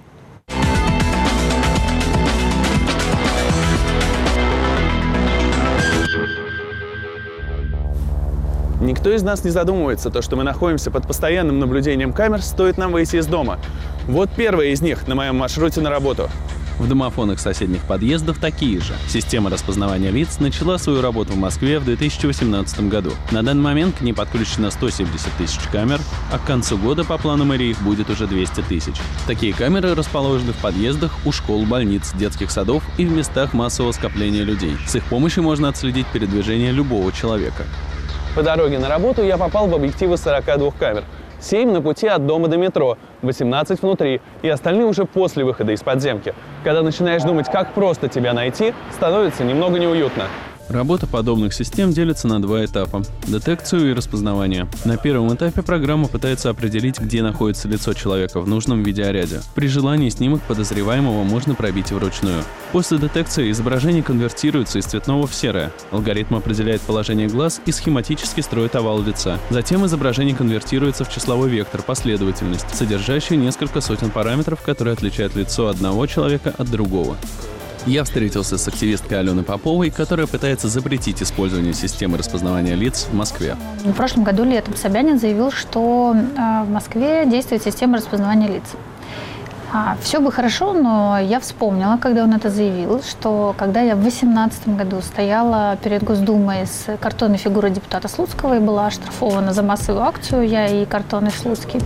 Speaker 3: Никто из нас не задумывается, то, что мы находимся под постоянным наблюдением камер, стоит нам выйти из дома. Вот первая из них на моем маршруте на работу.
Speaker 6: В домофонах соседних подъездов такие же. Система распознавания лиц начала свою работу в Москве в две тысячи восемнадцатом году. На данный момент к ней подключено сто семьдесят тысяч камер, а к концу года по плану мэрии их будет уже двести тысяч. Такие камеры расположены в подъездах, у школ, больниц, детских садов и в местах массового скопления людей. С их помощью можно отследить передвижение любого человека.
Speaker 3: По дороге на работу я попал в объективы сорока двух камер. семь на пути от дома до метро, восемнадцать внутри, и остальные уже после выхода из подземки. Когда начинаешь думать, как просто тебя найти, становится немного неуютно.
Speaker 6: Работа подобных систем делится на два этапа – детекцию и распознавание. На первом этапе программа пытается определить, где находится лицо человека в нужном видеоряде. При желании снимок подозреваемого можно пробить и вручную. После детекции изображение конвертируется из цветного в серое. Алгоритм определяет положение глаз и схематически строит овал лица. Затем изображение конвертируется в числовой вектор, последовательность, содержащий несколько сотен параметров, которые отличают лицо одного человека от другого. Я встретился с активисткой Аленой Поповой, которая пытается запретить использование системы распознавания лиц в Москве.
Speaker 7: В прошлом году летом Собянин заявил, что в Москве действует система распознавания лиц. Все бы хорошо, но я вспомнила, когда он это заявил, что когда я в две тысячи восемнадцатом году стояла перед Госдумой с картонной фигурой депутата Слуцкого и была оштрафована за массовую акцию, я и картонный Слуцкий,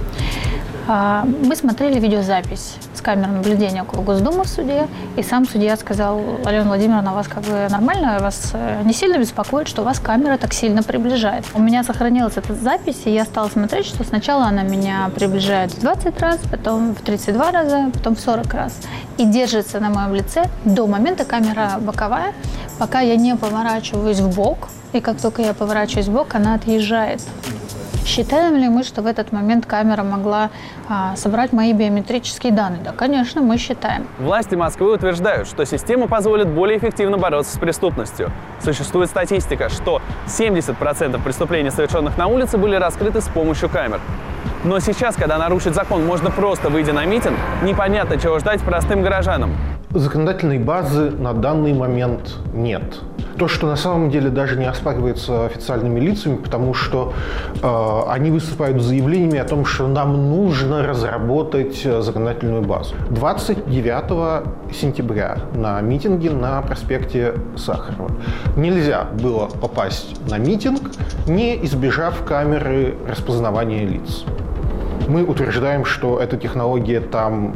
Speaker 7: мы смотрели видеозапись с камер наблюдения около Госдумы в суде, и сам судья сказал: Алена Владимировна, вас как бы нормально, вас не сильно беспокоит, что вас камера так сильно приближает. У меня сохранилась эта запись, и я стала смотреть, что сначала она меня приближает в двадцать раз, потом в тридцать два раза, потом в сорок раз. И держится на моем лице до момента, камера боковая, пока я не поворачиваюсь в бок, и как только я поворачиваюсь в бок, она отъезжает. Считаем ли мы, что в этот момент камера могла а, собрать мои биометрические данные? Да, конечно, мы считаем.
Speaker 3: Власти Москвы утверждают, что система позволит более эффективно бороться с преступностью. Существует статистика, что семьдесят процентов преступлений, совершенных на улице, были раскрыты с помощью камер. Но сейчас, когда нарушить закон можно просто выйдя на митинг, непонятно, чего ждать простым горожанам.
Speaker 8: Законодательной базы на данный момент нет. То, что на самом деле даже не оспаривается официальными лицами, потому что э, они выступают с заявлениями о том, что нам нужно разработать законодательную базу. двадцать девятого сентября на митинге на проспекте Сахарова нельзя было попасть на митинг, не избежав камеры распознавания лиц. Мы утверждаем, что эта технология там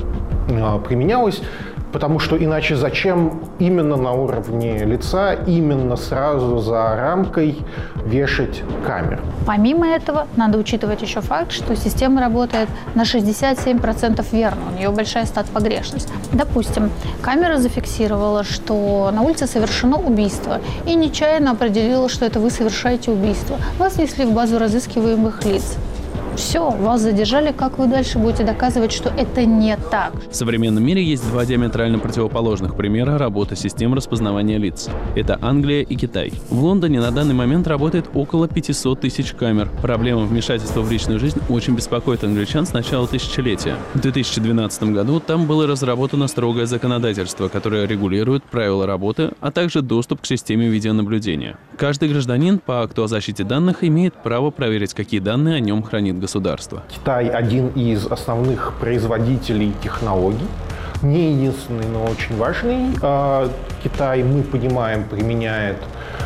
Speaker 8: э, применялась, потому что иначе зачем именно на уровне лица, именно сразу за рамкой вешать камеру?
Speaker 7: Помимо этого, надо учитывать еще факт, что система работает на шестьдесят семь процентов верно, у нее большая стат-погрешность. Допустим, камера зафиксировала, что на улице совершено убийство, и нечаянно определила, что это вы совершаете убийство. Вас внесли в базу разыскиваемых лиц. Все, вас задержали, как вы дальше будете доказывать, что это не так?
Speaker 6: В современном мире есть два диаметрально противоположных примера работы систем распознавания лиц. Это Англия и Китай. В Лондоне на данный момент работает около пятисот тысяч камер. Проблема вмешательства в личную жизнь очень беспокоит англичан с начала тысячелетия. В две тысячи двенадцатом году там было разработано строгое законодательство, которое регулирует правила работы, а также доступ к системе видеонаблюдения. Каждый гражданин по акту о защите данных имеет право проверить, какие данные о нем хранит государство.
Speaker 8: Китай один из основных производителей технологий, не единственный, но очень важный. Китай, мы понимаем, применяет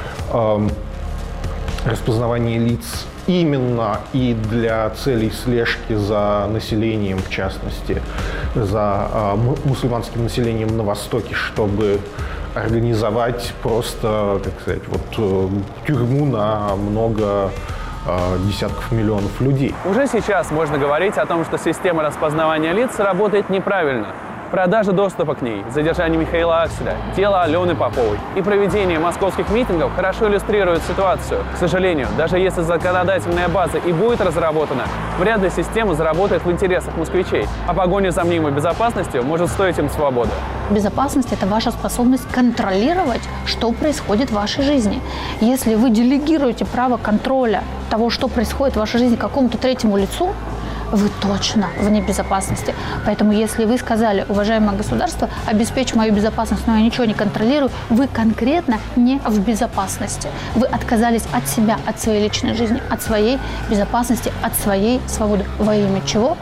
Speaker 8: распознавание лиц именно и для целей слежки за населением, в частности, за мусульманским населением на Востоке, чтобы организовать просто, как сказать, вот тюрьму на много десятков миллионов людей.
Speaker 3: Уже сейчас можно говорить о том, что система распознавания лиц работает неправильно. Продажа доступа к ней, задержание Михаила Акселя, дело Алены Поповой и проведение московских митингов хорошо иллюстрируют ситуацию. К сожалению, даже если законодательная база и будет разработана, вряд ли система заработает в интересах москвичей, а погоня за мнимой безопасностью может стоить им свободы.
Speaker 7: Безопасность – это ваша способность контролировать, что происходит в вашей жизни. Если вы делегируете право контроля того, что происходит в вашей жизни, какому-то третьему лицу, вы точно вне безопасности. Поэтому если вы сказали, уважаемое государство, обеспечь мою безопасность, но я ничего не контролирую, вы конкретно не в безопасности. Вы отказались от себя, от своей личной жизни, от своей безопасности, от своей свободы. Во имя чего?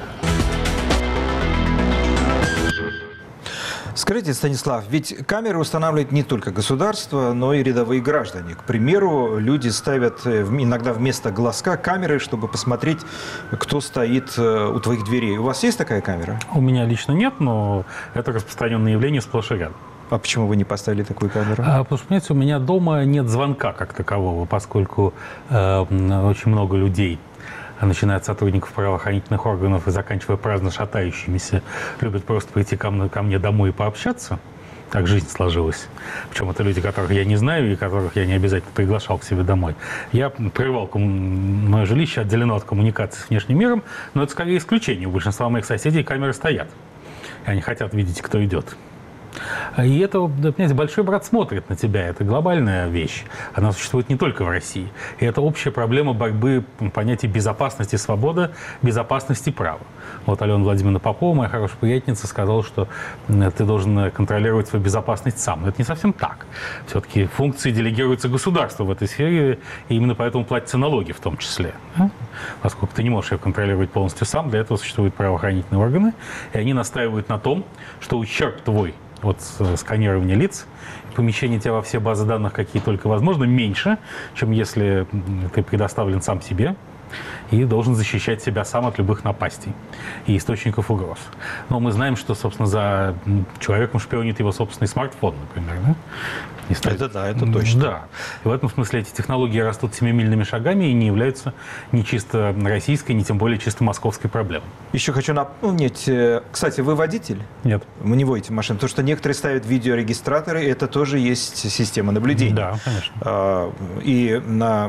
Speaker 1: Скажите, Станислав, ведь камеры устанавливает не только государство, но и рядовые граждане. К примеру, люди ставят иногда вместо глазка камеры, чтобы посмотреть, кто стоит у твоих дверей. У вас есть такая камера?
Speaker 5: У меня лично нет, но это распространенное явление сплошь и рядом.
Speaker 1: А почему вы не поставили такую камеру?
Speaker 5: А, потому что, понимаете, у меня дома нет звонка как такового, поскольку э, очень много людей, начиная от сотрудников правоохранительных органов и заканчивая праздно шатающимися, любят просто прийти ко мне, ко мне домой и пообщаться. Так жизнь сложилась. Причем это люди, которых я не знаю и которых я не обязательно приглашал к себе домой. Я прервал, мое жилище отделено от коммуникации с внешним миром, но это скорее исключение. У большинства моих соседей камеры стоят. И они хотят видеть, кто идет. И это, понимаете, большой брат смотрит на тебя. Это глобальная вещь. Она существует не только в России. И это общая проблема борьбы понятий безопасности, свободы, безопасности, права. Вот Алена Владимировна Попова, моя хорошая приятельница, сказала, что ты должен контролировать свою безопасность сам. Но это не совсем так. Все-таки функции делегируются государству в этой сфере, и именно поэтому платятся налоги в том числе. Поскольку ты не можешь ее контролировать полностью сам, для этого существуют правоохранительные органы, и они настаивают на том, что ущерб твой от сканирования лиц, помещение тебя во все базы данных, какие только возможно, меньше, чем если ты предоставлен сам себе и должен защищать себя сам от любых напастей и источников угроз. Но мы знаем, что, собственно, за человеком шпионит его собственный смартфон, например. Да? И стоит...
Speaker 1: Это да, это точно.
Speaker 5: Да. И в этом смысле эти технологии растут семимильными шагами и не являются ни чисто российской, ни тем более чисто московской проблемой.
Speaker 1: Еще хочу напомнить, кстати, вы водитель?
Speaker 5: Нет.
Speaker 1: Вы не водите машину. То, что некоторые ставят видеорегистраторы, это тоже есть система наблюдения.
Speaker 5: Да, конечно.
Speaker 1: И на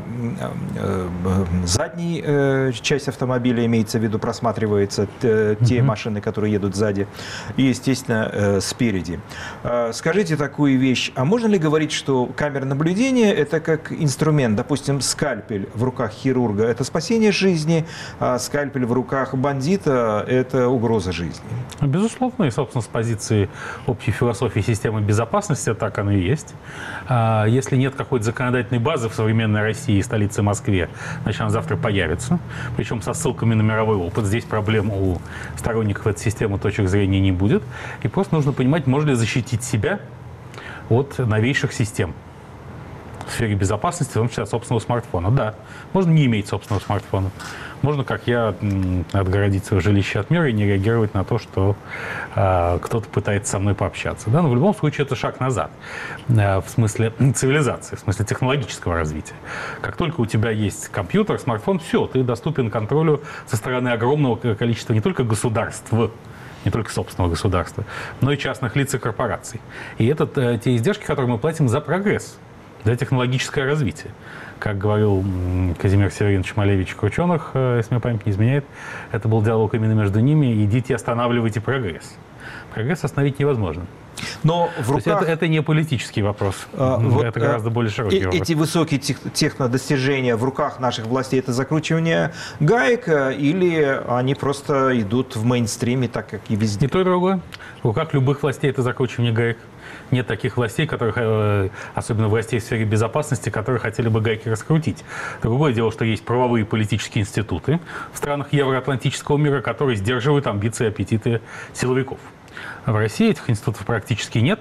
Speaker 1: задней части автомобиля, имеется в виду, просматриваются те mm-hmm. машины, которые едут сзади, и, естественно, спереди. Скажите такую вещь, а можно ли говорить, что камера наблюдения – это как инструмент, допустим, скальпель в руках хирурга – это спасение жизни, а скальпель в руках бандита – это угроза жизни?
Speaker 5: Безусловно, и, собственно, с позиции общей философии системы безопасности так оно и есть. Если нет какой-то законодательной базы в современной России, столице Москве, значит, она завтра появится, причем со ссылками на мировой опыт. Здесь проблем у сторонников этой системы точек зрения не будет. И просто нужно понимать, можно ли защитить себя от новейших систем в сфере безопасности, в том числе от собственного смартфона. Да, можно не иметь собственного смартфона. Можно, как я, отгородить свое жилище от мира и не реагировать на то, что э, кто-то пытается со мной пообщаться. Да? Но в любом случае это шаг назад э, в смысле цивилизации, в смысле технологического развития. Как только у тебя есть компьютер, смартфон, все, ты доступен контролю со стороны огромного количества не только государств, не только собственного государства, но и частных лиц и корпораций. И это э, те издержки, которые мы платим за прогресс, за технологическое развитие. Как говорил Казимир Северинович Малевич Крученых, если мне память не изменяет, это был диалог именно между ними. Идите, останавливайте прогресс. Прогресс остановить невозможно.
Speaker 1: Но в руках...
Speaker 5: То есть это, это не политический вопрос, а, это вот, гораздо более широкий
Speaker 1: э,
Speaker 5: вопрос.
Speaker 1: Эти высокие тех, технодостижения в руках наших властей – это закручивание гаек, или они просто идут в мейнстриме, так как и везде?
Speaker 5: И то, и другое. В руках любых властей это закручивание гаек. Нет таких властей, которых, особенно властей в сфере безопасности, которые хотели бы гайки раскрутить. Другое дело, что есть правовые и политические институты в странах евроатлантического мира, которые сдерживают амбиции и аппетиты силовиков. В России этих институтов практически нет.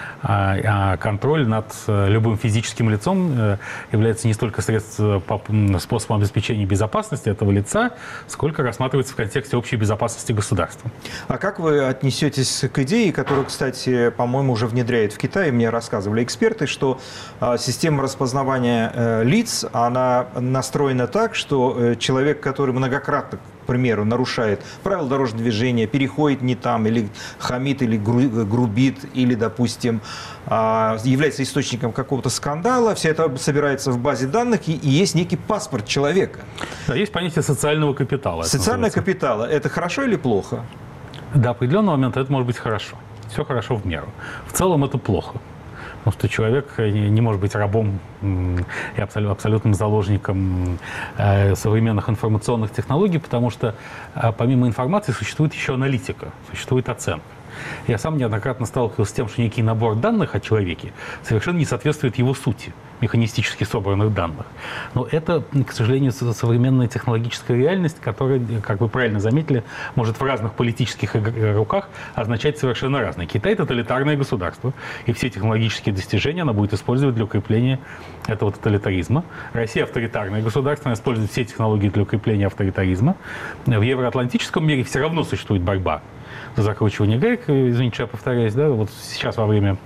Speaker 5: А контроль над любым физическим лицом является не столько средством, способом обеспечения безопасности этого лица, сколько рассматривается в контексте общей безопасности государства.
Speaker 1: А как вы отнесетесь к идее, которую, кстати, по-моему, уже внедряют в Китае? Мне рассказывали эксперты, что система распознавания лиц, она настроена так, что человек, который многократно, к примеру, нарушает правила дорожного движения, переходит не там, или хамит, или грубит, или, допустим, является источником какого-то скандала, все это собирается в базе данных, и, и есть некий паспорт человека.
Speaker 5: Да, есть понятие социального капитала.
Speaker 1: Социального капитала. Это хорошо или плохо?
Speaker 5: До определенного момента это может быть хорошо. Все хорошо в меру. В целом это плохо. Потому что человек не может быть рабом и абсолютным заложником современных информационных технологий, потому что помимо информации существует еще аналитика, существует оценка. Я сам неоднократно сталкивался с тем, что некий набор данных о человеке совершенно не соответствует его сути, механистически собранных данных. Но это, к сожалению, современная технологическая реальность, которая, как вы правильно заметили, может в разных политических руках означать совершенно разное. Китай – это тоталитарное государство, и все технологические достижения она будет использовать для укрепления этого тоталитаризма. Россия – авторитарное государство, она использует все технологии для укрепления авторитаризма. В евроатлантическом мире все равно существует борьба за закручивание гаек. Извините, что я повторяюсь, да, вот сейчас во время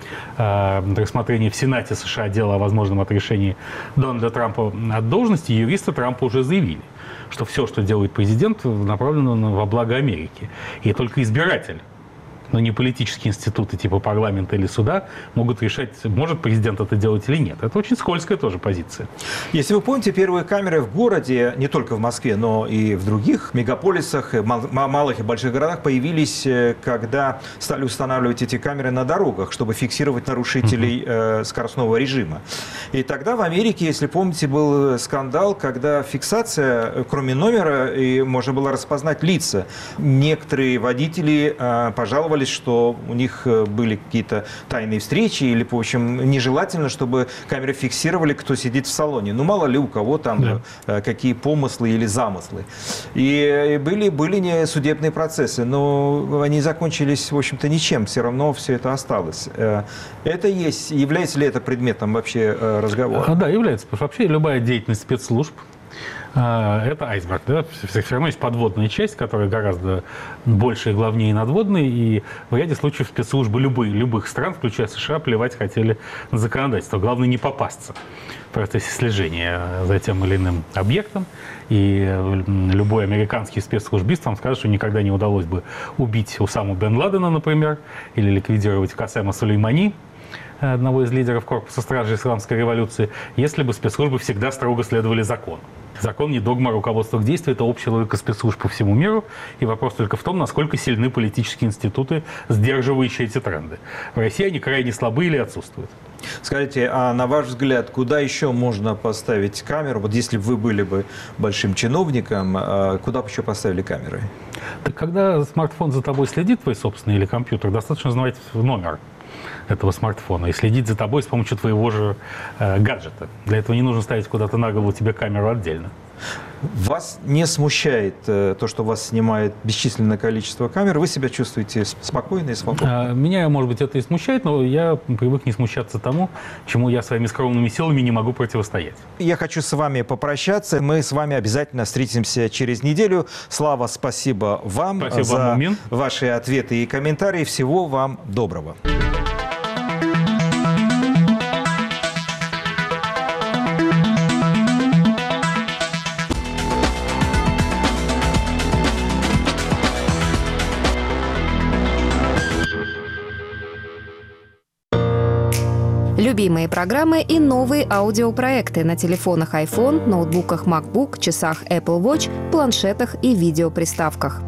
Speaker 5: э, рассмотрения в Сенате США дела о возможном отрешении Дональда Трампа от должности, юристы Трампа уже заявили, что все, что делает президент, направлено во благо Америки. И только избиратель, но не политические институты типа парламента или суда могут решать, может президент это делать или нет. Это очень скользкая тоже позиция.
Speaker 1: Если вы помните, первые камеры в городе, не только в Москве, но и в других мегаполисах, малых и больших городах появились, когда стали устанавливать эти камеры на дорогах, чтобы фиксировать нарушителей э, скоростного режима. И тогда в Америке, если помните, был скандал, когда фиксация, кроме номера, и можно было распознать лица. Некоторые водители э, пожаловали, что у них были какие-то тайные встречи или, в общем, нежелательно, чтобы камеры фиксировали, кто сидит в салоне. Ну, мало ли у кого там да. какие помыслы или замыслы. И были, были не судебные процессы, но они закончились, в общем-то, ничем. Все равно все это осталось. Это есть, является ли это предметом вообще разговора?
Speaker 5: Да, является. Потому что вообще любая деятельность спецслужб, это айсберг, да? Все равно есть подводная часть, которая гораздо больше и главнее надводной, и в ряде случаев спецслужбы любые, любых стран, включая США, плевать хотели на законодательство. Главное не попасться в процессе слежения за тем или иным объектом, и любой американский спецслужбист вам скажет, что никогда не удалось бы убить Усаму бен Ладена, например, или ликвидировать Касема Сулеймани, одного из лидеров корпуса стражей исламской революции, если бы спецслужбы всегда строго следовали закону. Закон не догма руководства к действию, это общая логика спецслужб по всему миру. И вопрос только в том, насколько сильны политические институты, сдерживающие эти тренды. В России они крайне слабы или отсутствуют.
Speaker 1: Скажите, а на ваш взгляд, куда еще можно поставить камеру? Вот если бы вы были бы большим чиновником, куда бы еще поставили камеры?
Speaker 5: Так когда смартфон за тобой следит, твой собственный или компьютер, достаточно знать номер этого смартфона и следить за тобой с помощью твоего же э, гаджета. Для этого не нужно ставить куда-то на голову тебе камеру отдельно.
Speaker 1: Вас не смущает э, то, что вас снимает бесчисленное количество камер? Вы себя чувствуете спокойно и свободно?
Speaker 5: Меня, может быть, это и смущает, но я привык не смущаться тому, чему я своими скромными силами не могу противостоять.
Speaker 1: Я хочу с вами попрощаться. Мы с вами обязательно встретимся через неделю. Слава, спасибо вам
Speaker 5: спасибо
Speaker 1: за
Speaker 5: вам, Мумин.
Speaker 1: Ваши ответы и комментарии. Всего вам доброго.
Speaker 9: Любимые программы и новые аудиопроекты на телефонах iPhone, ноутбуках MacBook, часах Apple Watch, планшетах и видеоприставках.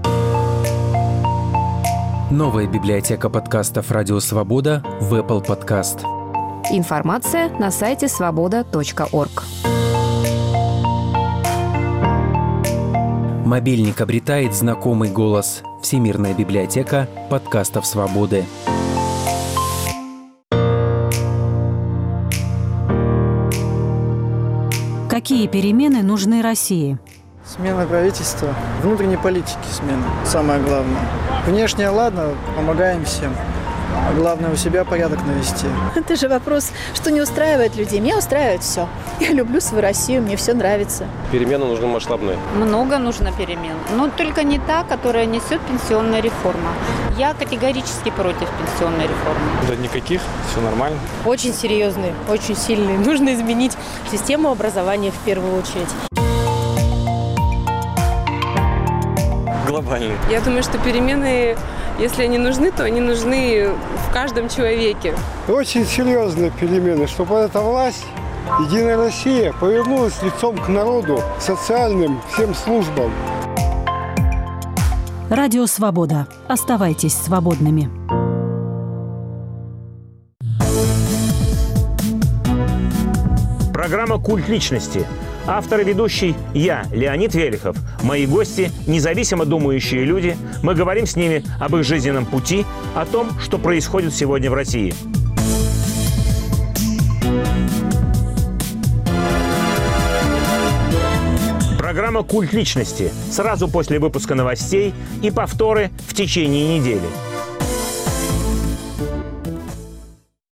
Speaker 10: Новая библиотека подкастов «Радио Свобода» в Apple Podcast.
Speaker 9: Информация на сайте свобода точка орг.
Speaker 10: Мобильник обретает знакомый голос. Всемирная библиотека подкастов «Свободы».
Speaker 13: Какие перемены нужны России?
Speaker 11: Смена правительства, внутренней политики смена, самое главное. Внешне, ладно, помогаем всем. А главное, у себя порядок навести.
Speaker 12: Это же вопрос, что не устраивает людей. Меня устраивает все. Я люблю свою Россию, мне все нравится.
Speaker 14: Перемены нужны масштабные.
Speaker 15: Много нужно перемен. Но только не та, которая несет пенсионная реформа. Я категорически против пенсионной реформы.
Speaker 14: Да никаких, все нормально.
Speaker 16: Очень серьезные, очень сильные. Нужно изменить систему образования в первую очередь.
Speaker 14: Глобальные.
Speaker 17: Я думаю, что перемены, если они нужны, то они нужны в каждом человеке.
Speaker 18: Очень серьезные перемены, чтобы эта власть, Единая Россия, повернулась лицом к народу, социальным всем службам.
Speaker 13: Радио «Свобода». Оставайтесь свободными.
Speaker 19: Программа «Культ личности». Автор и ведущий я, Леонид Велихов. Мои гости – независимо думающие люди. Мы говорим с ними об их жизненном пути, о том, что происходит сегодня в России. Программа «Культ личности» сразу после выпуска новостей и повторы в течение недели.